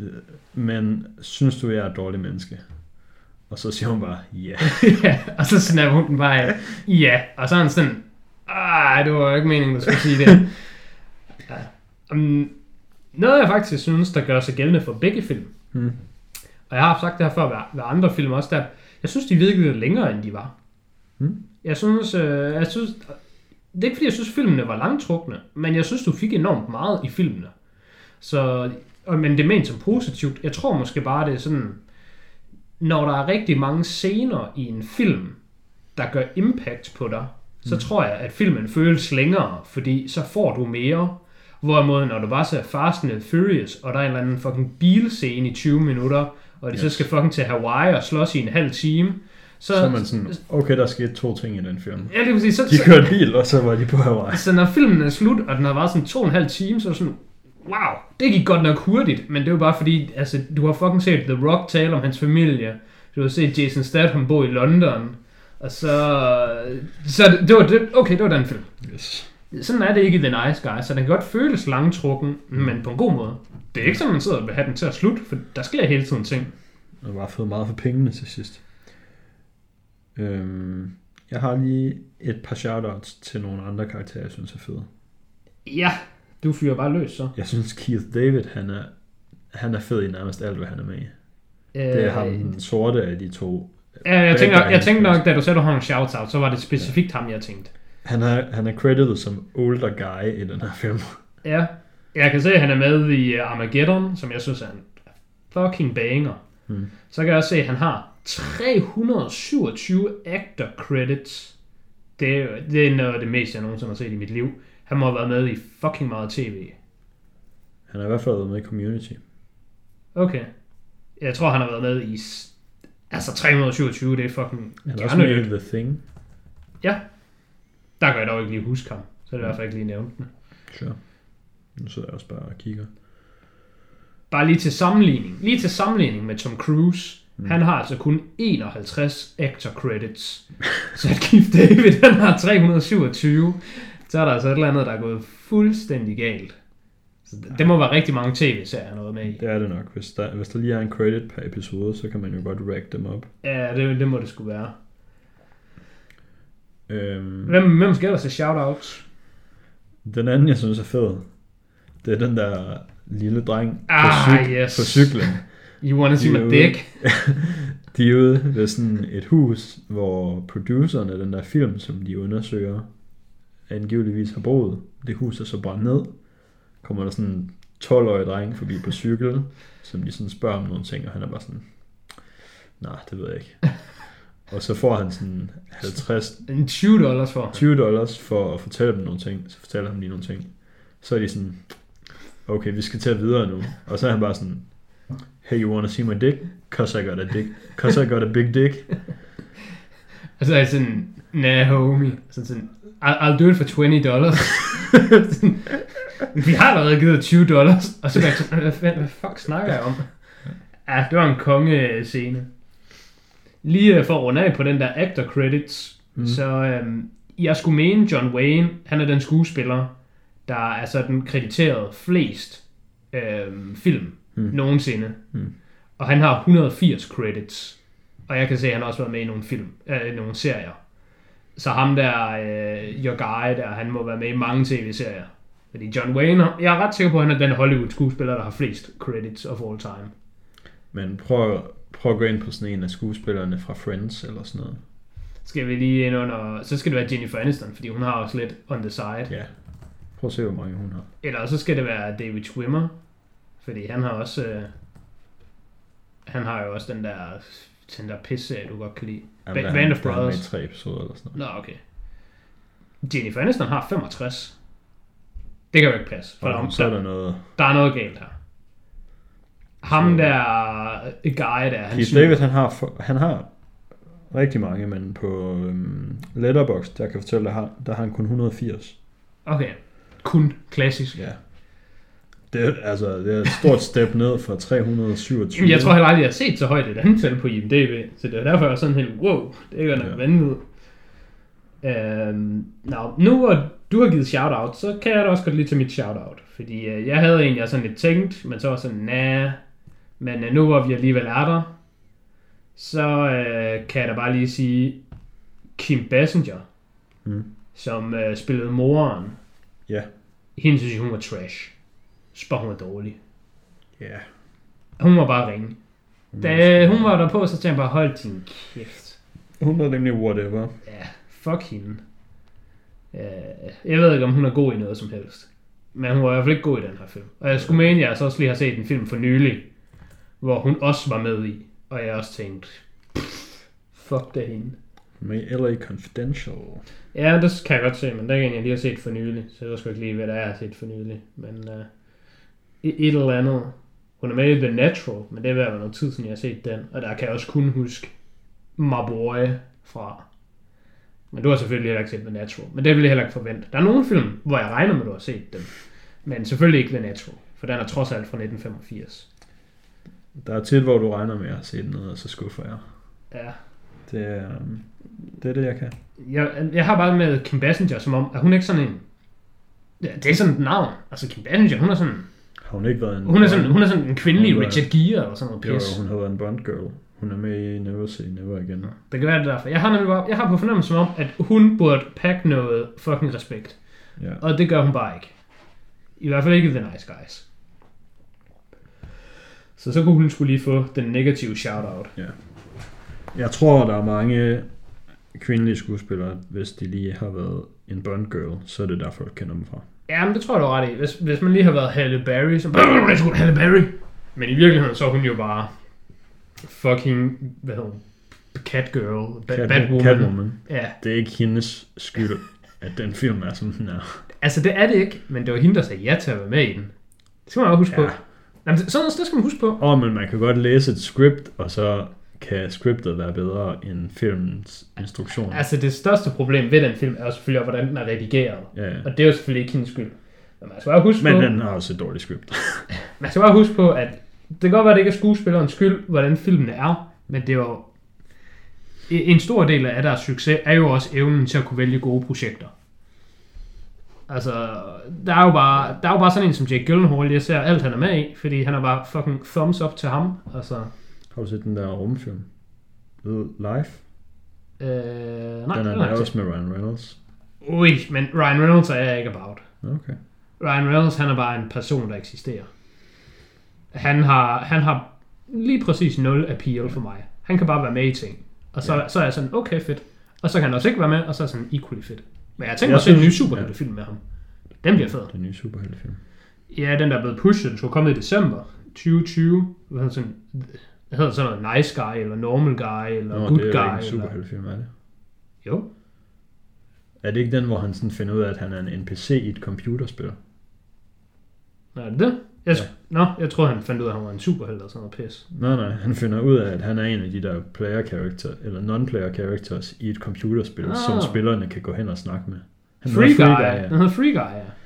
men synes du, jeg er et dårligt menneske? Og så siger hun bare, ja. Yeah. Ja, og så snapper hun den bare af, ja. Og så er han sådan, ah, det var jo ikke meningen, du skulle sige det. Ja. Um, noget jeg faktisk synes, der gør sig gældende for begge film, hmm. og jeg har sagt det her før ved, ved andre film også, der, jeg synes, de virkede længere, end de var. Hmm. Jeg synes, øh, jeg synes, det er ikke fordi, jeg synes, filmene var langtrukne, men jeg synes, du fik enormt meget i filmene. Så, men det er ment som positivt. Jeg tror måske bare, det er sådan, når der er rigtig mange scener i en film, der gør impact på dig, så mm. tror jeg, at filmen føles længere, fordi så får du mere. Hvorimod, når du bare ser Fast and Furious, og der er en eller anden fucking bilscene i tyve minutter, og de yes. så skal fucking til Hawaii og slås i en halv time, Så, så er man sådan, okay, der skete to ting i den film. Ja, det vil sige, så, de kørte bil, og så var de på Hawaii. Så når filmen er slut, og den har været sådan to og en halv time, så er det sådan, wow, det gik godt nok hurtigt, men det er jo bare fordi, altså, du har fucking set The Rock tale om hans familie, du har set Jason Statham bo i London, og så, så det, det var det, okay, det var den film. Yes. Sådan er det ikke i The Nice Guy, så den kan godt føles langtrukken, men på en god måde. Det er ikke sådan, man sidder og vil have den til at slutte, for der sker hele tiden ting. Og bare fået meget for pengene til sidst. Øhm, jeg har lige et par shoutouts til nogle andre karakterer, jeg synes er fede. Ja, du fyrer bare løs så. Jeg synes Keith David, han er, han er fed i nærmest alt, hvad han er med i. Øh, det er ham, den sorte af de to. Ja, jeg tænker, jeg tænkte nok, da du sagde, du har en shoutout, så var det specifikt ja. ham, jeg tænkte. Han er, han er credited som older guy i den her film. Ja, jeg kan se, at han er med i Armageddon, som jeg synes er en fucking banger. Hmm. Så kan jeg også se, at han har tre hundrede og syvogtyve actor credits. Det er, det er noget af det meste, jeg nogensinde har set i mit liv. Han må have været med i fucking meget tv. Han har i hvert fald været med i Community. Okay. Jeg tror, han har været med i... Altså tre hundrede og syvogtyve, det er fucking... Han er også med i The Thing. Ja. Der kan jeg dog ikke lige huske ham. Så er det i hvert fald ikke lige nævnt den. Sure. Nu sidder jeg også bare og kigger. Bare lige til sammenligning. Lige til sammenligning med Tom Cruise. Mm. Han har altså kun enoghalvtreds actor credits. Så Keith David, han har tre hundrede og syvogtyve. Så er der altså et eller andet, der er gået fuldstændig galt. Så det må være rigtig mange tv-serier noget med i. Det er det nok. Hvis der, hvis der lige er en credit per episode, så kan man jo godt rack dem op. Ja, det, det må det sgu være. Øhm, hvem, hvem skal ellers have shoutouts? Den anden, jeg synes er fed, det er den der lille dreng ah, på, cyk- yes. på cyklen. You wanna see my dick? De er ude ved sådan et hus, hvor produceren af den der film, som de undersøger, angiveligvis har boet. Det hus er så brændt ned. Kommer der sådan en tolv-årig dreng forbi på cykel, som de sådan spørger om nogle ting, og han er bare sådan, nej, det ved jeg ikke. Og så får han sådan halvtreds... tyve dollars for. tyve dollars for at fortælle dem nogle ting. Så fortæller han lige nogle ting. Så er de sådan, okay, vi skal til videre nu. Og så er han bare sådan, hey, you wanna see my dick? Cause I got a dick. Cause I got a big dick. Og så er jeg sådan, nah homie. Så sådan, I'll, I'll do it for twenty dollars. Vi har allerede givet tyve dollars, og så var jeg sådan, hvad, hvad, hvad fuck snakker jeg om? Ja, det var en kongescene. Lige for at runde af på den der actor credits, mm. så øhm, jeg skulle mene John Wayne, han er den skuespiller, der er sådan krediteret flest øhm, film mm. nogensinde. Mm. Og han har et hundrede og firs credits. Og jeg kan se, at han også har været med i nogle film, øh, nogle serier. Så ham der, øh, Your Guy der, han må være med i mange tv-serier. Fordi John Wayne, jeg er ret sikker på, at han er den Hollywood-skuespiller, der har flest credits of all time. Men prøv, prøv at gå ind på sådan en af skuespillerne fra Friends eller sådan noget. Skal vi lige ind under... Så skal det være Jennifer Aniston, fordi hun har også lidt on the side. Ja. Prøv at se, hvor mange hun har. Eller så skal det være David Schwimmer, fordi han har også... Øh, han har jo også den der... Den der pisse, du godt kan lide. Jamen, Ba- Band of Brothers. Han er med i tre episoder eller sådan noget. Nå, okay. Jennifer Aniston har femogtres. Det kan jo ikke passe. For og der, så er der noget... Der er noget galt her. Ham så... der guy der... Keith David, han har, for, han har rigtig mange, men på um, Letterboxd, der kan fortælle, der har, der har han kun et hundrede og firs. Okay. Kun klassisk. Ja. Det er, altså, det er et stort step ned fra tre hundrede og syvogtyve. Jeg tror heller aldrig, jeg har set så højt et antal på I M D B, så det er derfor, jeg er sådan helt, wow, det er jo nok ja. vanvittigt. Øhm, no, nu hvor du har givet shout-out, så kan jeg da også godt lige til mit shout-out, fordi øh, jeg havde egentlig sådan lidt tænkt, men så var sådan, nah, men øh, nu hvor vi alligevel er der, så øh, kan jeg da bare lige sige, Kim Basinger, mm. som øh, spillede moren, ja. Hende synes jeg, hun var trash. Spørg, hun var dårlig. Ja. Yeah. Hun var bare ringe. Da hun var der på, så tænkte jeg bare, hold din kæft. Hun er nemlig whatever. Ja, fuck hende. Jeg ved ikke, om hun er god i noget som helst. Men hun var i hvert fald ikke god i den her film. Og jeg skulle mene, at jeg så også lige har set en film for nylig, hvor hun også var med i. Og jeg også tænkte, fuck det hende. Med L A Confidential. Ja, det kan jeg godt se, men det er en, jeg lige har set for nylig. Så jeg ved sgu ikke lige, hvad det er, jeg har set for nylig. Men uh, et eller andet. Hun er med i The Natural, men det er ved at være noget tid siden, jeg har set den. Og der kan jeg også kun huske My Boy fra. Men du har selvfølgelig heller ikke set The Natural. Men det vil jeg heller ikke forvente. Der er nogle film, hvor jeg regner med, at du har set dem. Men selvfølgelig ikke The Natural, for den er trods alt fra nitten femogfirs. Der er tit, hvor du regner med at se noget, og så skuffer jeg. Ja. Det er, det er det, jeg kan. Jeg, jeg har bare med Kim Basinger, som om, at hun ikke sådan en... Ja, det er sådan et navn. Altså Kim Basinger, hun er sådan... Har hun ikke været en... Hun er sådan, hun er sådan en kvindelig Richard Gere eller sådan noget pis. Jo, hun har været en Bond girl. Hun er med i Never Say Never Again. Det kan være det derfor. Jeg har nemlig bare, jeg har på fornemmelsen om, at hun burde pakke noget fucking respekt. Ja. Og det gør hun bare ikke. I hvert fald ikke The Nice Guys. Så så kunne hun skulle lige få den negative shout-out. Ja. Jeg tror, der er mange kvindelige skuespillere, hvis de lige har været en Bond girl, så er det derfor, jeg kender dem fra. Ja, men det tror jeg, du er ret i. Hvis, hvis man lige har været Halle Berry, så bare, Halle Berry. Men i virkeligheden, så er hun jo bare fucking, hvad hedder hun? Catgirl, Cat, Batwoman. Catwoman. Ja. Det er ikke hendes skyld, at den film er, som den er. Altså, det er det ikke, men det var hende, der sagde ja til at være med i den. Det skal man også huske ja. på. Jamen, sådan noget, det skal man huske på. Åh, oh, men man kan godt læse et script, og så kan scriptet være bedre end filmens instruktioner. Altså, det største problem ved den film er jo selvfølgelig, hvordan den er redigeret. Ja, ja. Og det er jo selvfølgelig ikke hendes skyld. Men man skal bare huske men på... Men den har også et dårligt script. Man skal bare huske på, at det kan godt være, at det ikke er skuespillerens skyld, hvordan filmen er, men det er jo... En stor del af deres succes er jo også evnen til at kunne vælge gode projekter. Altså, der er jo bare, der er jo bare sådan en som Jake Gyllenhaal, jeg ser alt han er med i, fordi han er bare fucking thumbs up til ham. Altså. Har du set den der rumfilm? Live? Øh, nej, den er der også med Ryan Reynolds. Ui, men Ryan Reynolds er jeg ikke about. Okay. Ryan Reynolds, han er bare en person, der eksisterer. Han har, han har lige præcis nul appeal for mig. Han kan bare være med i ting. Og så, ja. så er jeg sådan, okay, fedt. Og så kan han også ikke være med, og så er sådan equally fedt. Men jeg tænker også en ny superheltefilm ja. med ham. Den bliver fed. Den nye superheltefilm. Ja, den der er blevet pushet, den skulle komme i december tyve tyve. Hvad hedder sådan, hvad hedder sådan noget Nice Guy, eller Normal Guy, eller Nå, Good Guy. Guy. det er ikke en superheltefilm, er det? Jo. Er det ikke den, hvor han sådan finder ud af, at han er en N P C i et computerspil? Nå, er det det? Jeg, ja. Nå, jeg troede, han fandt ud af, at han var en superhelt og sådan noget pis. Nej, nej, han finder ud af, at han er en af de der player character eller non-player characters i et computerspil, ah. som spillerne kan gå hen og snakke med. Han Free Guy. Ja. Han hedder Free Guy, ja.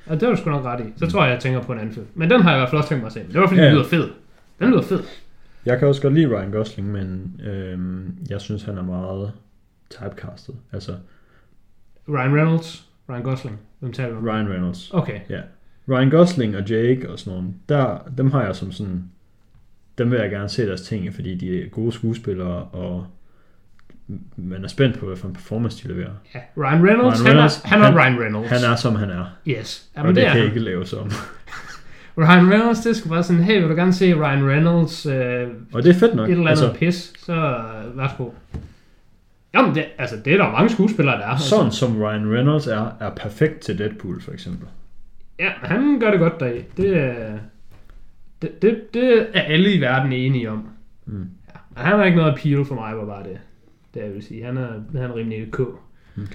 og det var du sgu nok ret i. Så tror jeg, jeg tænker på en anden film. Men den har jeg i hvert fald også tænkt mig at se. Det var fordi, ja. Den lyder fed. Den lyder fed. Jeg kan også godt lide Ryan Gosling, men øhm, jeg synes, han er meget typecastet. Altså... Ryan Reynolds? Ryan Gosling? Hvem taler du? Ryan Reynolds. Okay. Ja. Ryan Gosling og Jake og sådan nogle, der, dem har jeg som sådan... Dem vil jeg gerne se deres ting, fordi de er gode skuespillere, og man er spændt på, hvad for en performance de leverer. Ja, Ryan Reynolds, Ryan Reynolds han, er, han er han, Ryan Reynolds. Han er, som han er. Yes. Jamen, og det, det kan ikke laves om. Ryan Reynolds, det skulle bare sådan, hey, vil du gerne se Ryan Reynolds øh, og det er fedt nok. et eller andet altså, pis, så øh, værsgo. Jamen, det, altså, det er der mange skuespillere, der er. Sådan altså. som Ryan Reynolds er, er perfekt til Deadpool, for eksempel. Ja, han gør det godt deri. Det, det, det, det er alle i verden enige om. Mm. Ja, han har ikke noget appeal for mig, var bare det. Det jeg vil sige. Han er, han er rimelig k. Okay.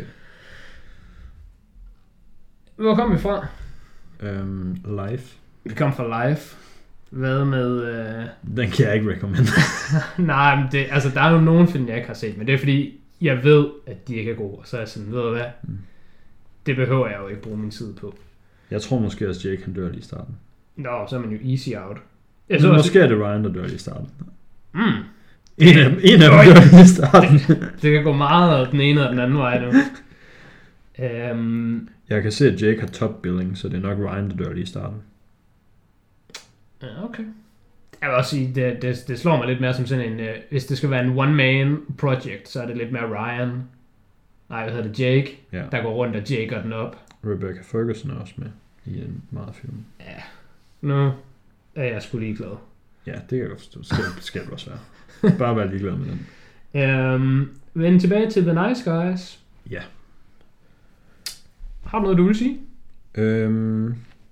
Hvor kom vi fra? Um, live. Vi kom fra Live. Hvad med... Øh... Den kan jeg ikke recommende. Nej, men det, altså der er jo nogle film, jeg ikke har set, men det er fordi, jeg ved, at de ikke er gode. Så er jeg sådan, ved du hvad? Mm. Det behøver jeg jo ikke bruge min tid på. Jeg tror måske også, Jake han dør lige i starten. Nå, så er man jo easy out. Jeg så måske også... er det Ryan, der dør lige i starten. Mm. En af dem, en af dem dør lige i starten. det, det kan gå meget den ene og den anden vej nu. um... Jeg kan se, at Jake har top billing, så det er nok Ryan, der dør lige i starten. Ja, okay. Jeg vil også sige, det, det, det slår mig lidt mere som sådan en, uh, hvis det skal være en one-man project, så er det lidt mere Ryan. Nej, hvad hedder det? Jake, ja. Der går rundt og jaker den op. Rebecca Ferguson er også med i en meget film. Ja, nu er jeg sgu ligeglad. Ja, det kan jeg forstå. Skal, skal det også være. Bare være ligeglad med den. Um, vend tilbage til The Nice Guys. Ja. Har du noget, du vil sige? Øhm...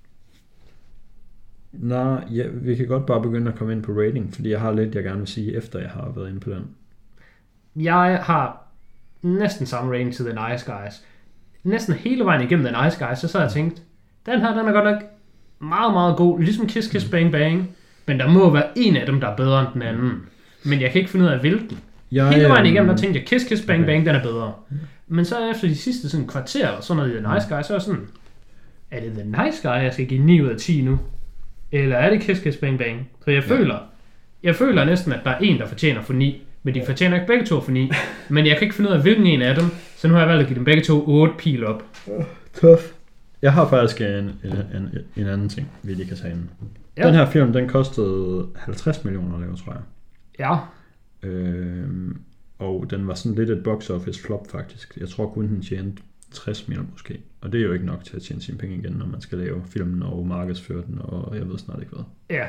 Nej, ja, vi kan godt bare begynde at komme ind på rating, fordi jeg har lidt, jeg gerne vil sige, efter jeg har været inde på den. Jeg har næsten samme rating til The Nice Guys. Næsten hele vejen igennem The Nice Guys, så så har jeg tænkt, den her, den er godt nok meget, meget god, ligesom Kiss Kiss Bang Bang, men der må være en af dem, der er bedre end den anden. Men jeg kan ikke finde ud af, hvilken. Jeg, hele vejen igennem, der tænkte jeg, Kiss Kiss Bang okay. Bang, den er bedre. Men så efter de sidste sådan kvarter, og sådan noget i The Nice Guys, så er sådan, er det The Nice Guy, jeg skal give ni ud af ti nu? Eller er det Kiss Kiss Bang Bang? Så jeg ja. føler, jeg føler næsten, at der er en, der fortjener for ni, men de fortjener ikke begge to for ni. Men jeg kan ikke finde ud af, hvilken en af dem, så nu har jeg valgt at give dem begge to otte pil op. Oh, tough. Jeg har faktisk en, en, en, en anden ting, vi lige kan tage ind. Ja. Den her film, den kostede halvtreds millioner at lave, tror jeg. Ja. Øhm, og den var sådan lidt et box office flop faktisk. Jeg tror kun den tjente tres millioner måske. Og det er jo ikke nok til at tjene sine penge igen, når man skal lave filmen og markedsføre den, og jeg ved snart ikke hvad. Ja.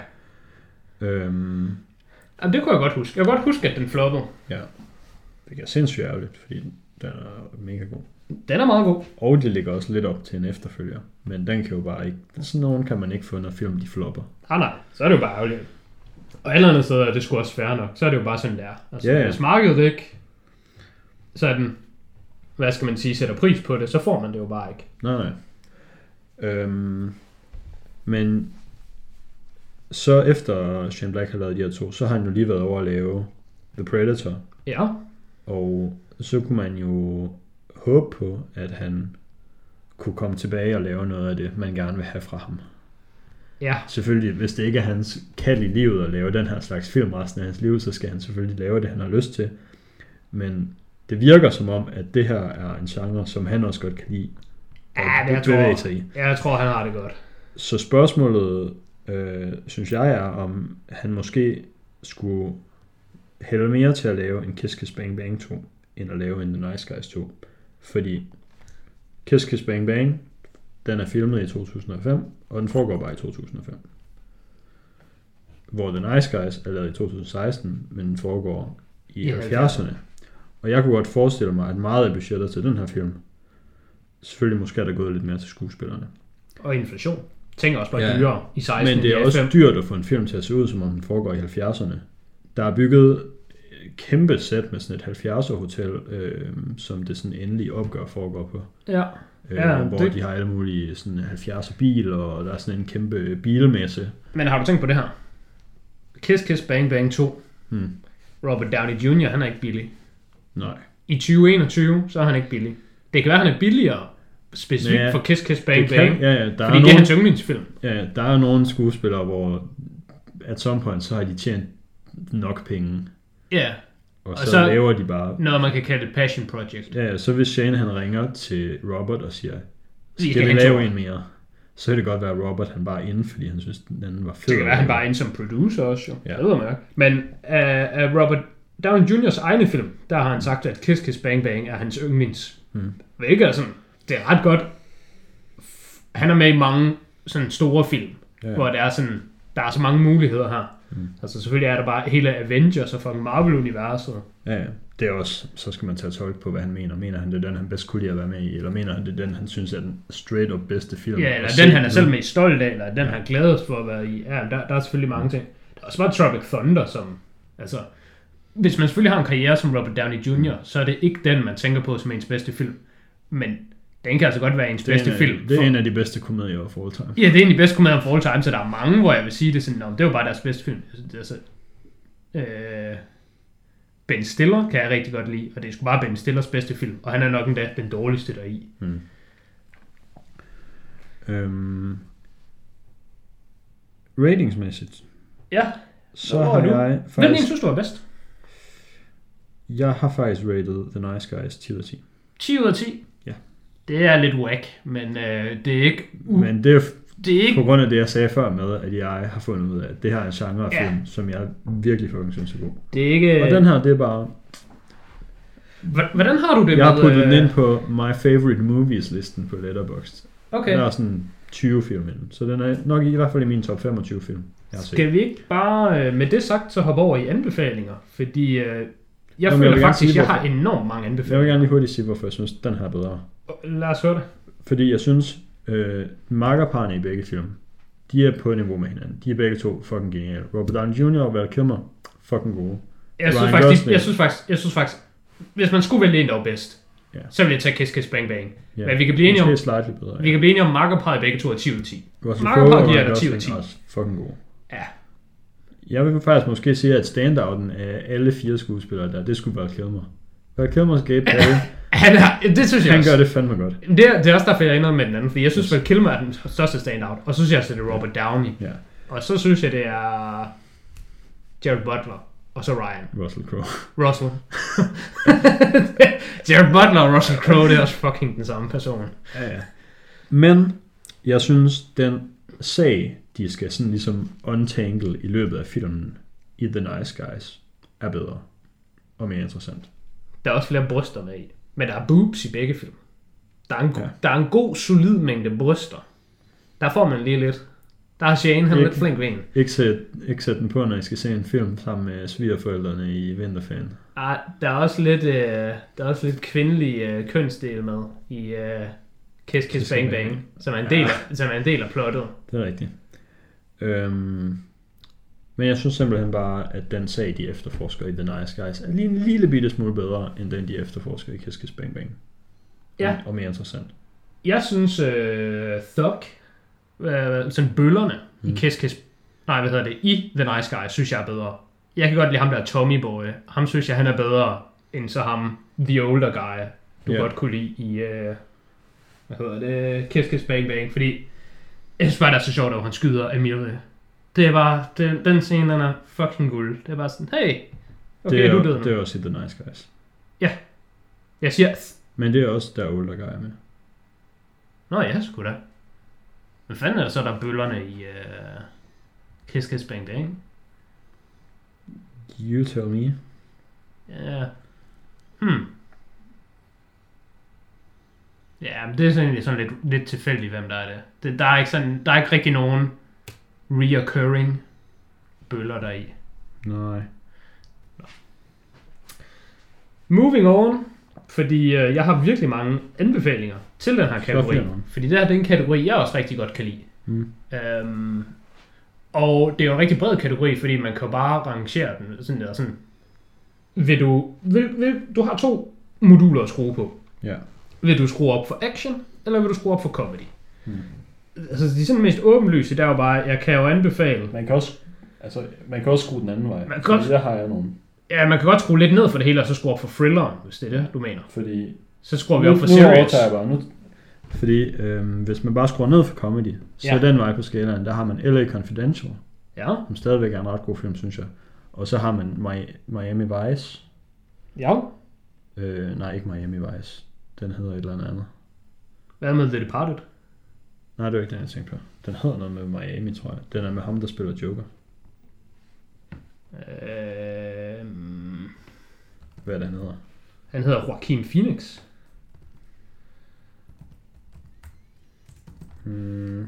Øhm, Jamen, det kunne jeg godt huske. Jeg kunne godt huske, at den floppede. Ja. Det er sindssygt ærgerligt, fordi den er mega god. Den er meget god. Og det ligger også lidt op til en efterfølger. Men den kan jo bare ikke... Sådan nogen kan man ikke få, når film de flopper. Ah, nej, så er det jo bare ærgerligt. Og alle andre steder er det sgu også fair nok. Så er det jo bare sådan der. Altså, ja, ja. Hvis markedet ikke... Så er den... Hvad skal man sige, sætter pris på det, så får man det jo bare ikke. Nej, nej. Øhm, men så efter Shane Black har lavet de her to, så har han jo lige været over at lave The Predator. Ja. Og så kunne man jo håbe på, at han kunne komme tilbage og lave noget af det, man gerne vil have fra ham. Ja. Selvfølgelig, hvis det ikke er hans kald i livet at lave den her slags film resten af hans liv, så skal han selvfølgelig lave det, han har lyst til. Men det virker som om, at det her er en genre, som han også godt kan lide. Ja, det jeg tror, sig i. jeg tror, han har det godt. Så spørgsmålet, øh, synes jeg, er, om han måske skulle hælde mere til at lave en Kiss Kiss Bang Bang to, end at lave en The Nice Guys to. Fordi Kiss Kiss Bang Bang, den er filmet i to tusind og fem, og den foregår bare i to tusind og fem. Hvor The Nice Guys er lavet i to tusind og seksten, men den foregår i, I halvfjerdserne. Og jeg kunne godt forestille mig, at meget af budgettet til den her film, selvfølgelig måske er der gået lidt mere til skuespillerne. Og inflation. Tænker også bare ja, dyrere i seksten. Men det er også dyrt at få en film til at se ud, som om den foregår i halvfjerdserne. Der er bygget kæmpe sæt med sådan et halvfjerdser hotel, øh, som det sådan endelige opgør foregår på. Ja. Øh, ja hvor det... de har alle mulige sådan halvfjerdser bil, og der er sådan en kæmpe bilmesse. Men har du tænkt på det her? Kiss Kiss Bang Bang to. Hmm. Robert Downey junior, han er ikke billig. Nej. I tyve enogtyve, så er han ikke billig. Det kan være, han er billigere, specifikt ja, for Kiss Kiss Bang kan, Bang. ja, ja, der fordi er det nogen, er hans yndlingsfilm. Ja, der er nogle skuespillere, hvor at some point, så har de tjent nok penge. Ja. Og, og så, så laver de bare... Noget, man kan kalde et passion project. Ja, så hvis Shane han ringer til Robert og siger, Vi skal vi skal lave to. en mere? Så kan det godt være, at Robert han bare er inde, fordi han synes, den anden var fed. Det kan være, at han bare er inde som producer også, jo. Ja. Det ved man jo. Men uh, uh, Robert Downey juniors egne film, der har han sagt, at Kiss Kiss Bang Bang er hans yndlings. Hmm. Hvilket er sådan, det er ret godt. Han er med i mange sådan store film, ja. Hvor det er sådan, der er så mange muligheder her. Mm. Altså selvfølgelig er der bare hele Avengers og fucking Marvel-universet. Ja, ja. Det er også, så skal man tage tolk på, hvad han mener. Mener han, det er den, han bedst kunne lide at være med i? Eller mener han, det er den, han synes er den straight up bedste film? Ja, eller den, han er selv mest stolt af, eller den, han glædes for at være i. Ja, der, der er selvfølgelig mange ting. Der er også bare Tropic Thunder, som... Altså, hvis man selvfølgelig har en karriere som Robert Downey junior, så er det ikke den, man tænker på som ens bedste film. Men den kan altså godt være ens bedste af, film. Det er for... en af de bedste komedier of all time. Ja, det er en af de bedste komedier of all time, så der er mange, hvor jeg vil sige det sådan, det var bare deres bedste film. Altså, øh... Ben Stiller kan jeg rigtig godt lide, og det er sgu bare Ben Stillers bedste film, og han er nok endda den dårligste deri. Hmm. Øhm... Ratingsmæssigt. Ja. Så har du? jeg faktisk... Hvilken en synes du er bedst? Jeg har faktisk rated The Nice Guys ti ud af ti. ti ud af ti? Ja. Det er lidt whack, men øh, det er ikke... Uh, men det er, det er ikke... på grund af det, jeg sagde før med, at jeg har fundet ud af, at det her er en genre af ja. film, som jeg virkelig fucking synes er god. Det er ikke... Og den her, det er bare... Hvordan har du det jeg med... Jeg har puttet øh... den ind på My Favorite Movies-listen på Letterboxd. Okay. Der er sådan tyve film inden, så den er nok i hvert fald i min top femogtyve film. Skal vi ikke bare, med det sagt, så hoppe over i anbefalinger? Fordi øh, jeg Nå, føler jeg faktisk, at jeg har enormt mange anbefalinger. Jeg vil gerne lige hurtigt sige, hvorfor jeg synes, den her er bedre. Lad os høre det. Fordi jeg synes, øh, makkerparerne i begge film, de er på niveau med hinanden. De er begge to fucking geniale. Robert Downey junior og Val Kilmer, fucking gode. Jeg synes, faktisk, jeg synes faktisk, jeg synes faktisk, hvis man skulle vælge en, der var bedst, ja. Så vil jeg tage Kiss Kiss Bang Bang. Ja. Men vi kan blive enige om, bedre, ja. vi kan blive enige om makkerparret begge to er ti ud af ti. Russell Makkerparret giver der ti ud af ti. Også fucking gode. Ja. Jeg vil faktisk måske sige, at standouten af alle fire skuespillere der, det skulle Val Kilmer. Val Kilmers Gabe Perry, han er, det synes jeg han også. gør det fandme godt. Det er, det er også derfor, jeg ender med den anden, fordi jeg synes, Val Kilmer er den største standout, og så synes jeg, at det er Robert Downey. Ja. Og så synes jeg, det er Jared Butler, og så Ryan. Russell Crowe. Russell. Jared Butler og Russell Crowe, det er også fucking den samme person. Ja, ja. Men jeg synes, den sag, de skal sådan ligesom untangle i løbet af filmen i The Nice Guys, er bedre og mere interessant. Der er også flere bryster med i. Men der er boobs i begge film. Der er en, ja. der er en god, solid mængde bryster. Der får man lige lidt. Der er Shane, han er lidt flink ved en. Ikke sæt, ikke sæt den på, når I skal se en film sammen med svigerforældrene i vinterferien. Ah, der er også lidt, øh, der er også lidt kvindelig øh, kønsdel med i øh, Kiss Kiss Bang Bang, som er en del, ja. af, som er en del af plottet. Det er rigtigt. Øhm, men jeg synes simpelthen bare, at den sag, de efterforsker i The Nice Guys, er lige en lille bitte smule bedre, end den, de efterforsker i Kiss Kiss Bang Bang. Ja. Og, og mere interessant. Jeg synes, øh, Thug, øh, sådan bøllerne mm. i Kiss Kiss, nej, hvad hedder det, i The Nice Guys, synes jeg er bedre. Jeg kan godt lide ham der Tommy Boy. Ham synes jeg, han er bedre end så ham, The Older Guy, du yeah. godt kunne lide i, øh, hvad hedder det, Kiss Kiss Bang Bang, fordi jeg synes bare, det er så sjovt, at han skyder Emilie. Det er bare, det, den scene, den er fucking guld. Det er bare sådan, hey, okay, det er, du døde nu. Det er også i The Nice Guys. Ja, jeg siger... Men det er også der Older Guy med. Nå ja, sgu da. Hvad fanden er der så, der er bøllerne i uh, Kiss Kiss Bang Bang? You tell me. Ja. Hmm. Ja, men det er sådan, sådan lidt, lidt tilfældigt, hvem der er det. det. Der er ikke sådan, der er ikke rigtig nogen reoccurring bøller der i. Nej. Nå. Moving on, fordi øh, jeg har virkelig mange anbefalinger til den her kategori. Fordi det her det er en kategori, jeg også rigtig godt kan lide. Mm. Øhm, og det er jo en rigtig bred kategori, fordi man kan bare rangere den sådan der sådan. Vil du, vil, vil, du har to moduler at skrue på. Ja. Vil du skrue op for action, eller vil du skrue op for comedy? Hmm. Altså, de er sådan mest åbenlyse, der er jo bare, jeg kan jo anbefale... Man kan også, altså, man kan også skrue den anden vej. Man kan også, der har jeg nogen. Ja, man kan godt skrue lidt ned for det hele, og så skrue op for thrilleren, hvis det er det, du mener. Fordi... Så skruer vi nu, op for nu serious. Nu, nu, Fordi øhm, hvis man bare skruer ned for comedy, så Ja. ja. den vej på skalaen, der har man L A Confidential, Ja. som stadigvæk er en ret god film, synes jeg. Og så har man Mi- Miami Vice. Ja. Øh, nej, ikke Miami Vice. Den hedder et eller andet. Hvad med The Departed? Nej, det er jo ikke den, jeg tænkte på. Den hedder noget med Miami, tror jeg. Den er med ham, der spiller Joker. Øh, Hvad er det, han hedder? han hedder Joaquin Phoenix. Hmm.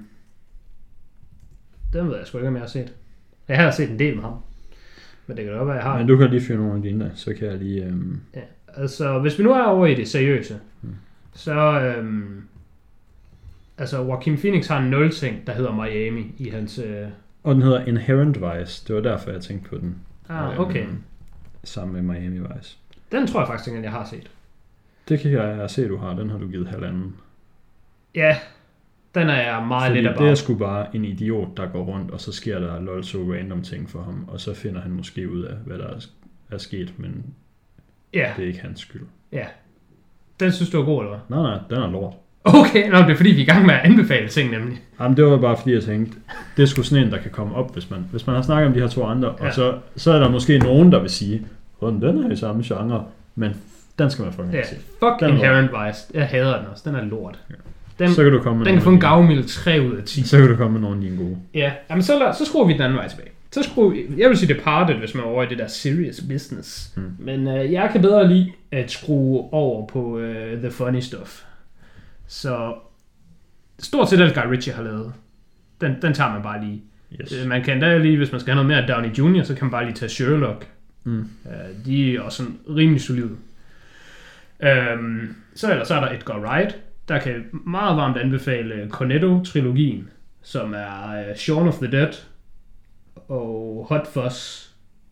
Den ved jeg sgu ikke, om jeg har set. Jeg har set en del med ham. Men det kan godt være, jeg har. Men du kan lige fyre nogle af dine, så kan jeg lige... Øhm... Ja, altså, hvis vi nu er over i det seriøse, Hmm. så... Øhm, altså, Joaquin Phoenix har en nul ting, der hedder Miami i hans... Øh... Og den hedder Inherent Vice. Det var derfor, jeg tænkte på den. Ah, okay. Øhm, sammen med Miami Vice. Den tror jeg faktisk ikke, at jeg har set. Det kan jeg se, du har. Den har du givet halvanden. Ja, den er jeg meget Fordi lidt det er about. sgu bare en idiot, der går rundt, og så sker der lol så random ting for ham, og så finder han måske ud af, hvad der er, er sket, men Ja, det er ikke hans skyld. ja. Den synes du er god, eller hvad? Nej, nej, den er lort. Okay, nå, det er fordi, vi er i gang med at anbefale ting, nemlig. Jamen, det var bare fordi, jeg tænkte, det er sgu sådan en, der kan komme op, hvis man, hvis man har snakket om de her to andre, Ja. og så, så er der måske nogen, der vil sige, at den er i samme genre, men den skal man fucking Ja, ikke se. fuck Den er Inherent Vice. Jeg hader den også. Den er lort. Ja. Den, Så kan du komme med den kan få nogle en af gavmild tre ud af ti. dine- Så kan du komme med nogle af dine gode. Ja, jamen så, lad, så skruer vi den anden vej tilbage. Så skruer vi, jeg vil sige Departed, hvis man er over i det der serious business. Hmm. Men øh, jeg kan bedre lide at skrue over på øh, the funny stuff. Så stort set alt Guy Ritchie har lavet, den, den tager man bare lige. Yes. Øh, Man kan da lige, hvis man skal have noget mere Downey junior, så kan man bare lige tage Sherlock. Mm. Øh, de er også sådan rimelig solide. Øhm, så ellers så er der Edgar Wright. Der kan jeg meget varmt anbefale Cornetto-trilogien, som er uh, Shaun of the Dead og Hot Fuzz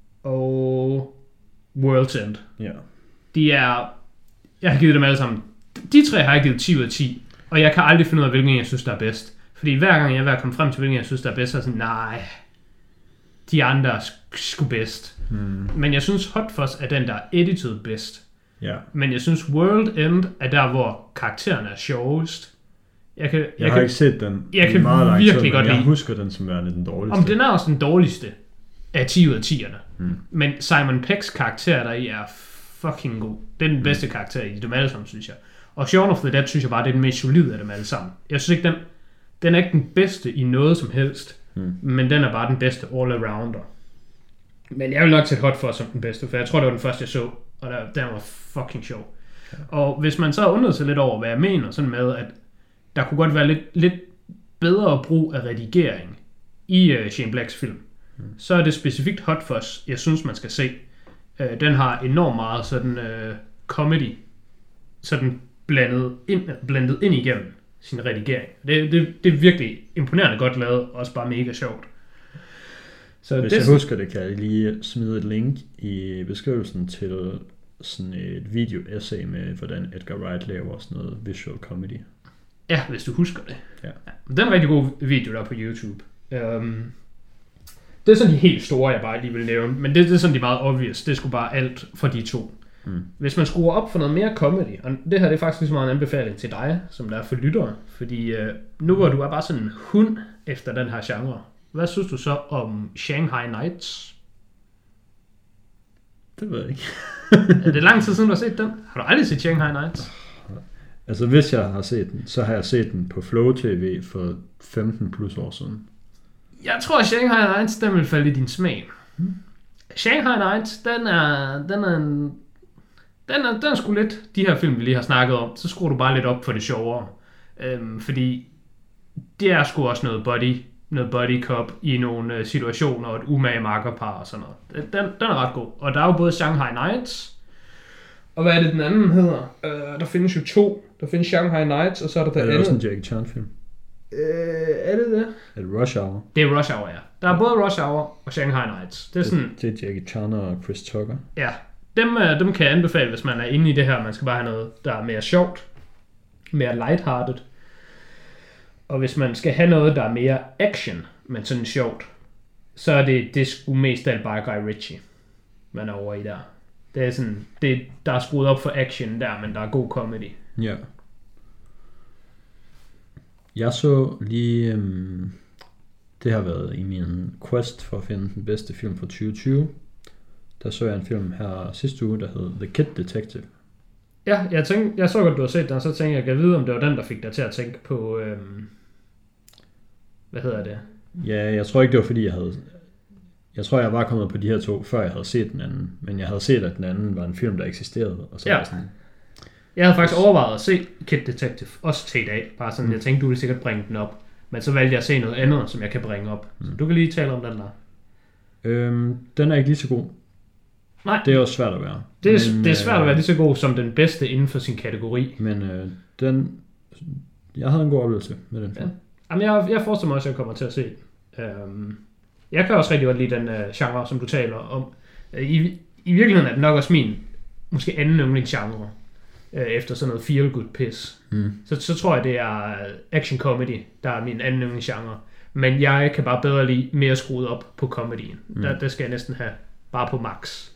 og World's End. Ja. De er... Jeg har givet dem alle sammen... De tre har jeg givet ti ud af ti, og jeg kan aldrig finde ud af, hvilken jeg synes, der er bedst. Fordi hver gang jeg er ved at komme frem til, hvilken jeg synes, der er bedst, så er jeg sådan, nej, de andre er sgu bedst. Mm. Men jeg synes, Hot Fuzz er den, der er edited bedst. Ja. Men jeg synes, World End er der, hvor karaktererne er sjovest. Jeg kan, jeg Jeg, jeg har kan, ikke set den jeg i kan meget lang virkelig tid, godt men jeg lide- husker den som værende den dårligste. om den er også den dårligste af ti ud af ti'erne. Mm. Men Simon Peggs karakter der i er fucking god. Det er den bedste karakter i dem alle sammen, synes jeg. Og Shaun of the Dead synes jeg bare, det er den mest solide af dem alle sammen. Jeg synes ikke, den, den er ikke den bedste i noget som helst. Mm. Men den er bare den bedste all-arounder. Men jeg vil nok sætte Hot Fuzz som den bedste, for jeg tror, det var den første, jeg så. Og der, den var fucking sjov. Ja. Og hvis man så har undret sig lidt over, hvad jeg mener, sådan med, at der kunne godt være lidt, lidt bedre brug af redigering i uh, Shane Blacks film, mm. så er det specifikt Hot Fuzz, jeg synes, man skal se. Uh, den har enormt meget sådan uh, comedy, sådan blandet ind, blandet ind igennem sin redigering. Det, det, det er virkelig imponerende godt lavet, og også bare mega sjovt. Så Hvis det, jeg husker det, kan jeg lige smide et link i beskrivelsen til sådan et video-essay med, hvordan Edgar Wright laver sådan noget visual comedy. ja, hvis du husker det. Ja. Ja, det er en rigtig god video der på YouTube. Um, det er sådan de helt store, jeg bare lige vil nævne, men det, det er sådan de meget obvious. Det er sgu bare alt for de to. Mm. Hvis man skruer op for noget mere comedy, og det her det er faktisk lige så meget en anbefaling til dig, som der er for lyttere, fordi uh, nu hvor du er bare sådan en hund efter den her genre, hvad synes du så om Shanghai Nights? Det ved jeg ikke. Er det lang tid siden, du har set den? Har du aldrig set Shanghai Nights? Altså hvis jeg har set den, så har jeg set den på Flow T V for femten plus år siden. Jeg tror, at Shanghai Nights, den vil falde i din smag. Hmm. Shanghai Nights, den er, den er en, den er, den er sgu lidt, de her film, vi lige har snakket om, så skruer du bare lidt op for det sjovere. Øhm, fordi det er sgu også noget body, noget body cop i nogle øh, situationer, og et umage makkerpar og sådan noget. Den, den er ret god. Og der er jo både Shanghai Nights, og hvad er det den anden hedder? Øh, der findes jo to. Der findes Shanghai Nights, og så er der Er der det andet. også en Jackie Chan film? Øh, er det det? Er det Rush Hour? Det er Rush Hour, ja. Der er både Rush Hour og Shanghai Nights. Det er sådan, Det, det er Jackie Chan og Chris Tucker. ja, dem, øh, dem kan jeg anbefale, hvis man er inde i det her. Man skal bare have noget, der er mere sjovt, mere lighthearted. Og hvis man skal have noget, der er mere action, men sådan sjovt, så er det, det er sgu mest af bare Guy Ritchie, man er over i der. Det er sådan, det, der er skruet op for action der, men der er god comedy. Ja. Jeg så lige... Øhm, det har været i min quest for at finde den bedste film for tyve tyve. Der så jeg en film her sidste uge, der hed The Kid Detective. Ja, jeg, tænkte, jeg så godt, du har set den, og så tænkte jeg, jeg kan vide, om det var den, der fik dig til at tænke på... Øhm, hvad hedder det? Ja, jeg tror ikke, det var fordi, jeg havde... Jeg tror, jeg var kommet på de her to, før jeg havde set den anden. Men jeg havde set, at den anden var en film, der eksisterede. Og så ja. var sådan... Jeg havde faktisk overvejet at se Kid Detective, også til i dag. Bare sådan, mm. jeg tænkte, du ville sikkert bringe den op. Men så valgte jeg at se noget andet, som jeg kan bringe op. Mm. Så du kan lige tale om den der. Øhm, den er ikke lige så god. Nej. Det er også svært at være. Det er, men, det er svært at være lige så god som den bedste inden for sin kategori. Men øh, den... Jeg havde en god oplevelse med den film. Ja. Jamen, jeg, jeg forestiller mig også, at jeg kommer til at se den. Øhm, jeg kan også rigtig godt lide den uh, genre, som du taler om. I, I virkeligheden er det nok også min måske anden yndlingsgenre. Uh, efter sådan noget feel-good piss. Mm. Så, så tror jeg, det er action comedy, der er min anden yndlingsgenre. Men jeg kan bare bedre lide mere skruet op på comedyen. Mm. Der, der skal jeg næsten have bare på max.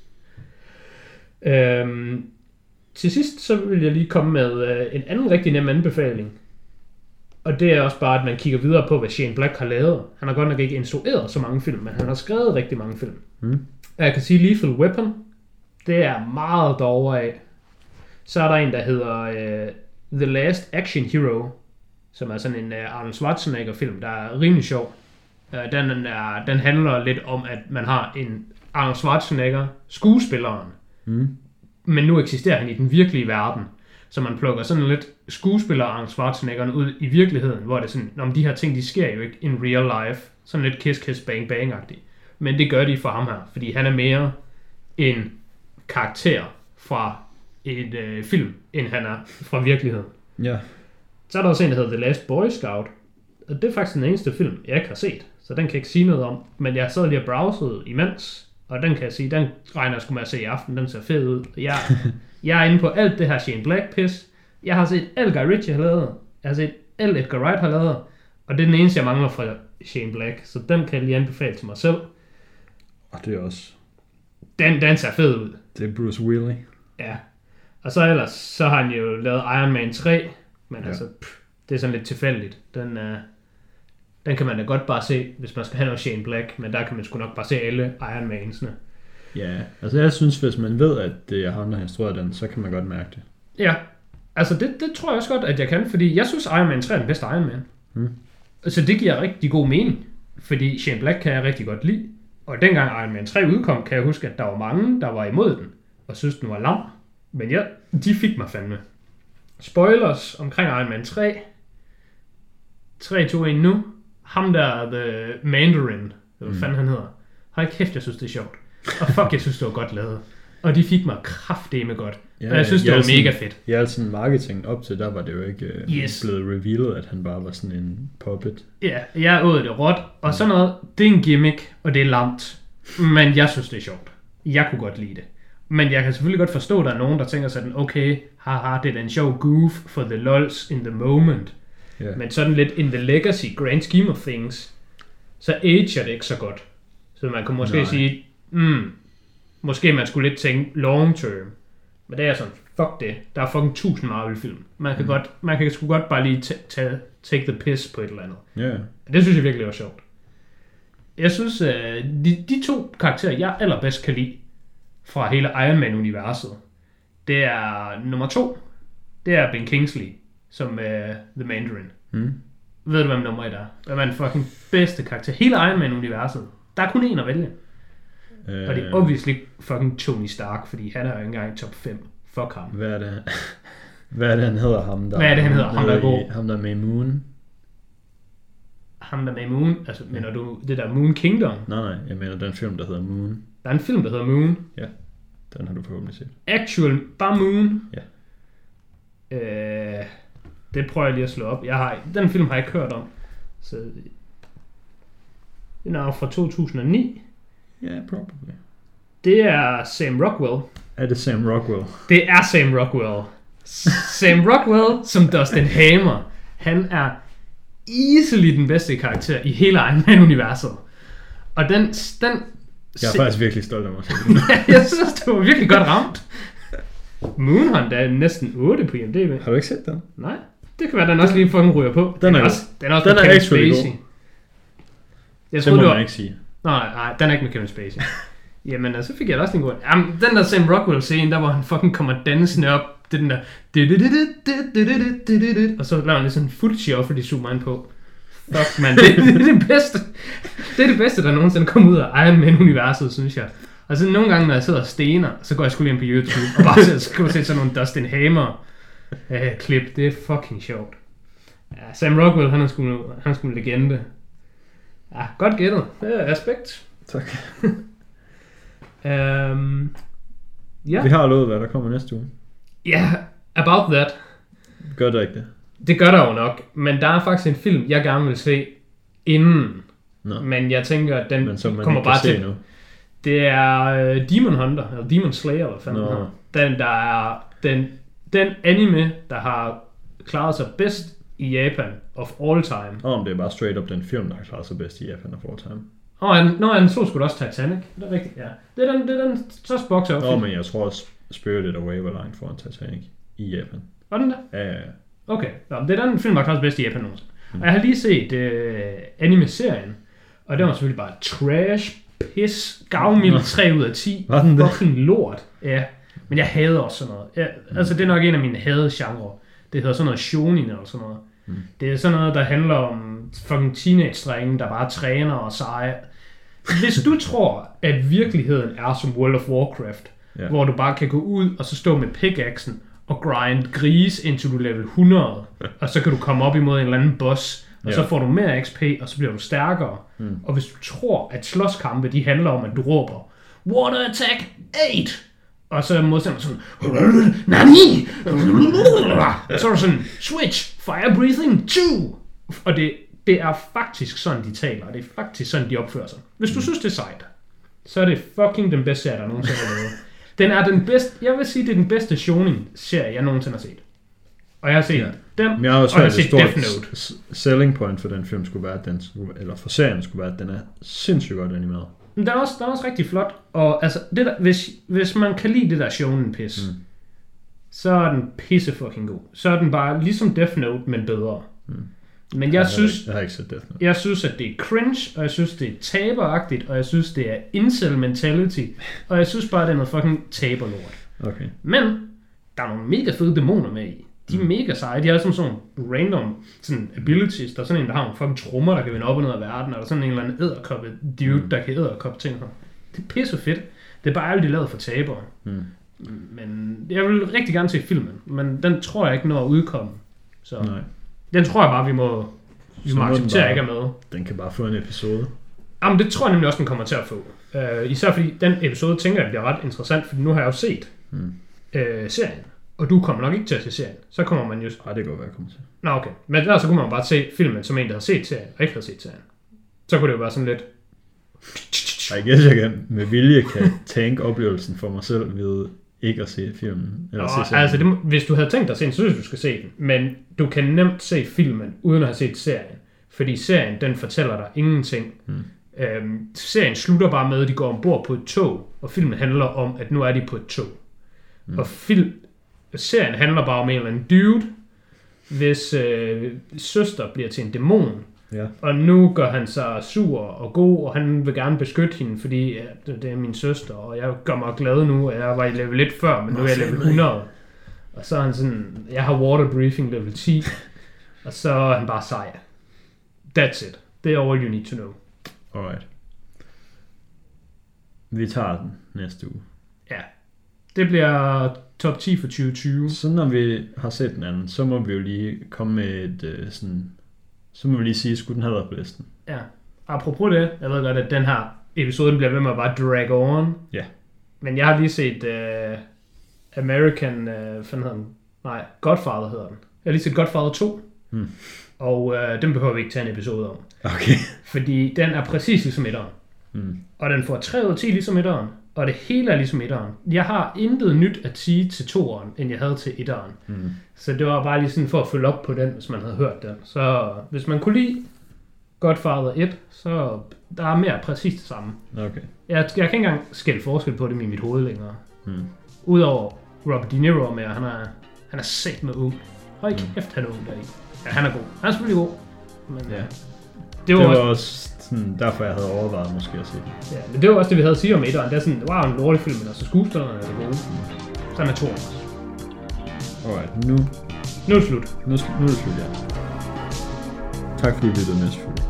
Øhm, til sidst så vil jeg lige komme med øh, en anden rigtig nem anbefaling. Og det er også bare, at man kigger videre på, hvad Shane Black har lavet. Han har godt nok ikke instrueret så mange film, men han har skrevet rigtig mange film. Mm. Jeg kan sige Lethal Weapon. Det er meget derovre af. Så er der en, der hedder øh, The Last Action Hero, som er sådan en øh, Arnold Schwarzenegger film, der er rimelig sjov. Øh, den, er, den handler lidt om, at man har en Arnold Schwarzenegger, skuespilleren, mm. men nu eksisterer han i den virkelige verden. Så man plukker sådan lidt skuespiller Arnold Schwarzeneggeren ud i virkeligheden, hvor det er sådan, om de her ting, de sker jo ikke in real life. Sådan lidt kiss, kiss, bang, bang-agtigt. Men det gør de for ham her, fordi han er mere en karakter fra et øh, film, end han er fra virkeligheden. Ja. Så er der også en, der hedder The Last Boy Scout. Og det er faktisk den eneste film, jeg ikke har set. Så den kan jeg ikke sige noget om. Men jeg sad lige og browsede imens. Og den kan jeg sige, den regner jeg sgu med at se i aften. Den ser fed ud. Jeg, jeg er inde på alt det her Shane Black piss. Jeg har set alt Guy Ritchie har lavet. Jeg har set alt Edgar Wright har lavet. Og det er den eneste, jeg mangler fra Shane Black. Så den kan jeg lige anbefale til mig selv. Og det er også... Den, den ser fed ud. Det er Bruce Willis. Ja. Og så ellers, så har han jo lavet Iron Man tre. Men ja. altså, pff, det er sådan lidt tilfældigt. Den, uh, den kan man da godt bare se, hvis man skal have noget Shane Black. Men der kan man sgu nok bare se alle Iron Mans'ene. Ja, altså jeg synes, hvis man ved, at det er ham, der har instrueret den, så kan man godt mærke det. Ja, altså det, det tror jeg også godt, at jeg kan. Fordi jeg synes, Iron Man tre er den bedste Iron Man. Hmm. Så det giver rigtig god mening. Fordi Shane Black kan jeg rigtig godt lide. Og dengang Iron Man tre udkom, kan jeg huske, at der var mange, der var imod den. Og synes, den var lam. Men ja, de fik mig fandme. Spoilers omkring Iron Man tre. tre, to, et nu. Ham der, The Mandarin, hvad fanden han hedder. Hold kæft, jeg synes, det er sjovt. Og fuck, jeg synes, det var godt lavet. Og de fik mig kraftedeme godt. Ja, og jeg synes, det var mega fedt. Ja, altså marketing op til, der var det jo ikke uh, yes. blevet revealet, at han bare var sådan en puppet. Ja, jeg åd det råt. Og sådan noget, det er en gimmick, og det er lamt. Men jeg synes, det er sjovt. Jeg kunne godt lide det. Men jeg kan selvfølgelig godt forstå, at der er nogen, der tænker sådan, okay, haha, det er en sjov goof for the lols in the moment. Yeah. Men sådan lidt in the legacy, grand scheme of things, så ager det ikke så godt. Så man kan måske Nej. sige, mm, måske man skulle lidt tænke long term. Men det er sådan, fuck det, der er fucking tusind Marvel-film. Man kan, mm. godt, man kan sgu godt bare lige t- t- take the piss på et eller andet. Yeah. Det synes jeg virkelig var sjovt. Jeg synes, de, de to karakterer, jeg allerbedst kan lide, fra hele Iron Man-universet, det er nummer to. Det er Ben Kingsley, som uh, The Mandarin. Mm. Ved du, hvem nummer et er? Hvem er den fucking bedste karakter? Hele Iron Man-universet. Der er kun én at vælge. Øh... Og det er obviously fucking Tony Stark, fordi han er jo ikke engang top fem. Fuck ham. Hvad er det, Hvad er det han hedder? Ham, der, Hvad er det, han hedder? Ham, der er god. Ham, der er med Moon. Ham, der er med Moon? Altså, ja. Mener du det der Moon Kingdom? Nej, nej. Jeg mener den film, der hedder Moon. Der er en film, der hedder Moon. Ja. Den har du forhåbentlig set. Actual, bare Moon. Ja. Øh, det prøver jeg lige at slå op. Jeg har, den film har jeg ikke hørt om. Så den er fra to tusind og ni. Ja, yeah, probably. Det er Sam Rockwell. Er det Sam Rockwell? Det er Sam Rockwell. Sam Rockwell som Dustin Hammer. Han er easily den bedste karakter i hele Iron Man-universet. Og den... den Jeg er faktisk virkelig stolt af mig selv. Ja, jeg synes, det var virkelig godt ramt. Moonhunt er næsten otte på I M D B. Har du ikke set den? Nej. Det kan være, den også lige fucking ryger på. Den er, også, den er også den med er Kevin actually Spacey. god. Jeg Det troede, må det man var... ikke sige. Nej, nej, den er ikke med Kevin Spacey. Jamen, så fik jeg da også en god... Jamen, den der Sam Rockwell-scene, der hvor han fucking kommer dansende op. Det er den der... Og så laver han lige sådan en footage off, de zoomer ind på. Fuck, man. Det, det er det bedste. Det er det bedste, der nogensinde kommer ud af Iron Man-universet, synes jeg. Og så nogle gange, når jeg sidder og stener, så går jeg sgu lige ind på YouTube og bare så skal du se sådan nogle Dustin Hammer øh, klip. Det er fucking sjovt. Ja, Sam Rockwell, han er sgu, han er sgu en legende. Ja, godt gættet. Ja, respekt. Tak. um, ja. Vi har lovet, hvad der kommer næste uge. Ja, yeah, about that. Gør det ikke det? Det gør der jo nok, men der er faktisk en film, jeg gerne vil se inden. Nå. Men jeg tænker, at den Men som man kommer ikke bare kan se til. nu. Det er uh, Demon Hunter, eller Demon Slayer, hvad fanden Nå. den hedder. Den, der er den, den anime, der har klaret sig bedst i Japan of all time. Og om det er bare straight up den film, der har klaret sig bedst i Japan of all time. Og han, når han så sgu da også Titanic. Det er rigtigt, ja. Det er den, det er den så bokser op. Nå, men jeg tror også, Spirited Away var langt foran Titanic i Japan. Var den der? Ja, ja, ja. Okay, nå, det er den film, der har klaret sig bedst i Japan nogensinde. Mm. Og jeg har lige set øh, anime-serien, og det var selvfølgelig bare trash, pis, gavmild, tre ud af ti. Var den det? Fucking lort. Ja, men jeg hader også sådan noget. Ja, altså, det er nok en af mine hadegenre. Det hedder sådan noget shonen eller sådan noget. Mm. Det er sådan noget, der handler om fucking teenage-drenge, der bare træner og seje. Hvis du tror, at virkeligheden er som World of Warcraft, ja. Hvor du bare kan gå ud og så stå med pickaxen og grind gris indtil du er level hundrede, og så kan du komme op imod en eller anden boss, og ja. Så får du mere X P, og så bliver du stærkere. Mm. Og hvis du tror, at slåskampe, de handler om, at du råber, Water Attack otte! Og så er modstanderen sådan, Nani! Og så er du sådan, Switch, Fire Breathing to! Og det, det er faktisk sådan, de taler, og det er faktisk sådan, de opfører sig. Hvis du synes, det er sejt, så er det fucking den bedste serie, der nogensinde har lavet. Den er den bedste, jeg vil sige, det er den bedste shonen-serie, jeg nogensinde har set. Og jeg har set ja. Den, Men jeg har også og jeg hørt, har et set stort Death Note. selling point for den film skulle være, at den skulle, eller for serien skulle være, at den er sindssygt godt animeret. Men den er også, den er også rigtig flot, og altså, det der, hvis, hvis man kan lide det der shonen-pis, mm. så er den pisse fucking god. Så er den bare ligesom Death Note, men bedre. Mm. Men jeg, jeg, synes, jeg har ikke set Death Note. Jeg synes, at det er cringe, og jeg synes, det er taberagtigt, og jeg synes, det er incel mentality, og jeg synes bare, det er noget fucking taberlort. Okay. Men der er nogle mega fede dæmoner med i. De er mm. mega seje. De har sådan sådan random sådan abilities. Der er sådan en, der har nogle fucking trommer, der kan vende op og ned af verden, eller sådan en eller anden edderkoppe dude, mm. der kan edderkoppe ting her. Det er pisse fedt. Det er bare alt, de lavet for tabere. Mm. Men jeg vil rigtig gerne se filmen, men den tror jeg ikke når at udkomme. Så nej. Den tror jeg bare, vi må, vi må acceptere bare, ikke er med. Den kan bare få en episode. Jamen, det tror jeg nemlig også, den kommer til at få. Uh, især fordi den episode, tænker jeg, bliver ret interessant, for nu har jeg jo set mm. uh, serien. Og du kommer nok ikke til at se serien. Så kommer man just... Nej, det kan godt være, jeg kommer til. Nå, okay. Men ellers så kunne man bare se filmen som en, der har set serien, og ikke har set serien. Så kunne det jo være sådan lidt... Jeg gætter, jeg kan med vilje kan tænke oplevelsen for mig selv ved ikke at se filmen. Eller Nå, se serien. altså, det, hvis du havde tænkt dig at se den, så synes du skal se den. Men du kan nemt se filmen, uden at have set serien. Fordi serien, den fortæller dig ingenting. Hmm. Øhm, serien slutter bare med, at de går ombord på et tog, og filmen handler om, at nu er de på et tog. Hmm. Og film... serien handler bare om en eller anden dude, hvis øh, søster bliver til en dæmon. Ja. Og nu gør han sig sur og god, og han vil gerne beskytte hende, fordi ja, det er min søster, og jeg gør mig glad nu. Jeg var i level et før, men nu er jeg level hundrede. Og så er han sådan, jeg har water breathing level ti, og så er han bare sej. That's it. Det er all you need to know. Alright. Vi tager den næste uge. Ja. Det bliver top ti for tyve tyve. Så når vi har set den anden, så må vi jo lige komme med et øh, sådan... Så må vi lige sige, skulle den have været på listen. Ja. Apropos det, jeg ved godt, at den her episode bliver ved med at bare drag on. Ja. Men jeg har lige set uh, American... Uh, hvad hedder den? Nej, Godfather hedder den. Jeg har lige set Godfather to. Hmm. Og uh, den behøver vi ikke tage en episode om. Okay. Fordi den er præcis ligesom etteren. Hmm. Og den får tre ud af ti ligesom etteren. Og det hele er ligesom etteren. Jeg har intet nyt at sige til toeren, end jeg havde til etteren. Mm. Så det var bare lige sådan for at følge op på den, hvis man havde hørt den. Så hvis man kunne lide Godfather et, så der er mere præcis det samme. Okay. Jeg, jeg kan ikke engang skælde forskel på dem i mit hoved længere. Mm. Udover Robert De Niro med, han er, han er sæt med ung. Høj kæft, han er ung deri. Ja, han er god. Han er selvfølgelig god. Men, Ja. Det Det var, var også, også sådan, derfor, jeg havde overvejet måske at se den. ja, men det var også det, vi havde at sige om etteren. Det er sådan, wow, en lortefilm, men altså skuespillerne er gode. Sådan er toeren også. Alright, nu, Nu er det slut. nu, nu er det slut, ja. Tak fordi I lyttede med, selvfølgelig.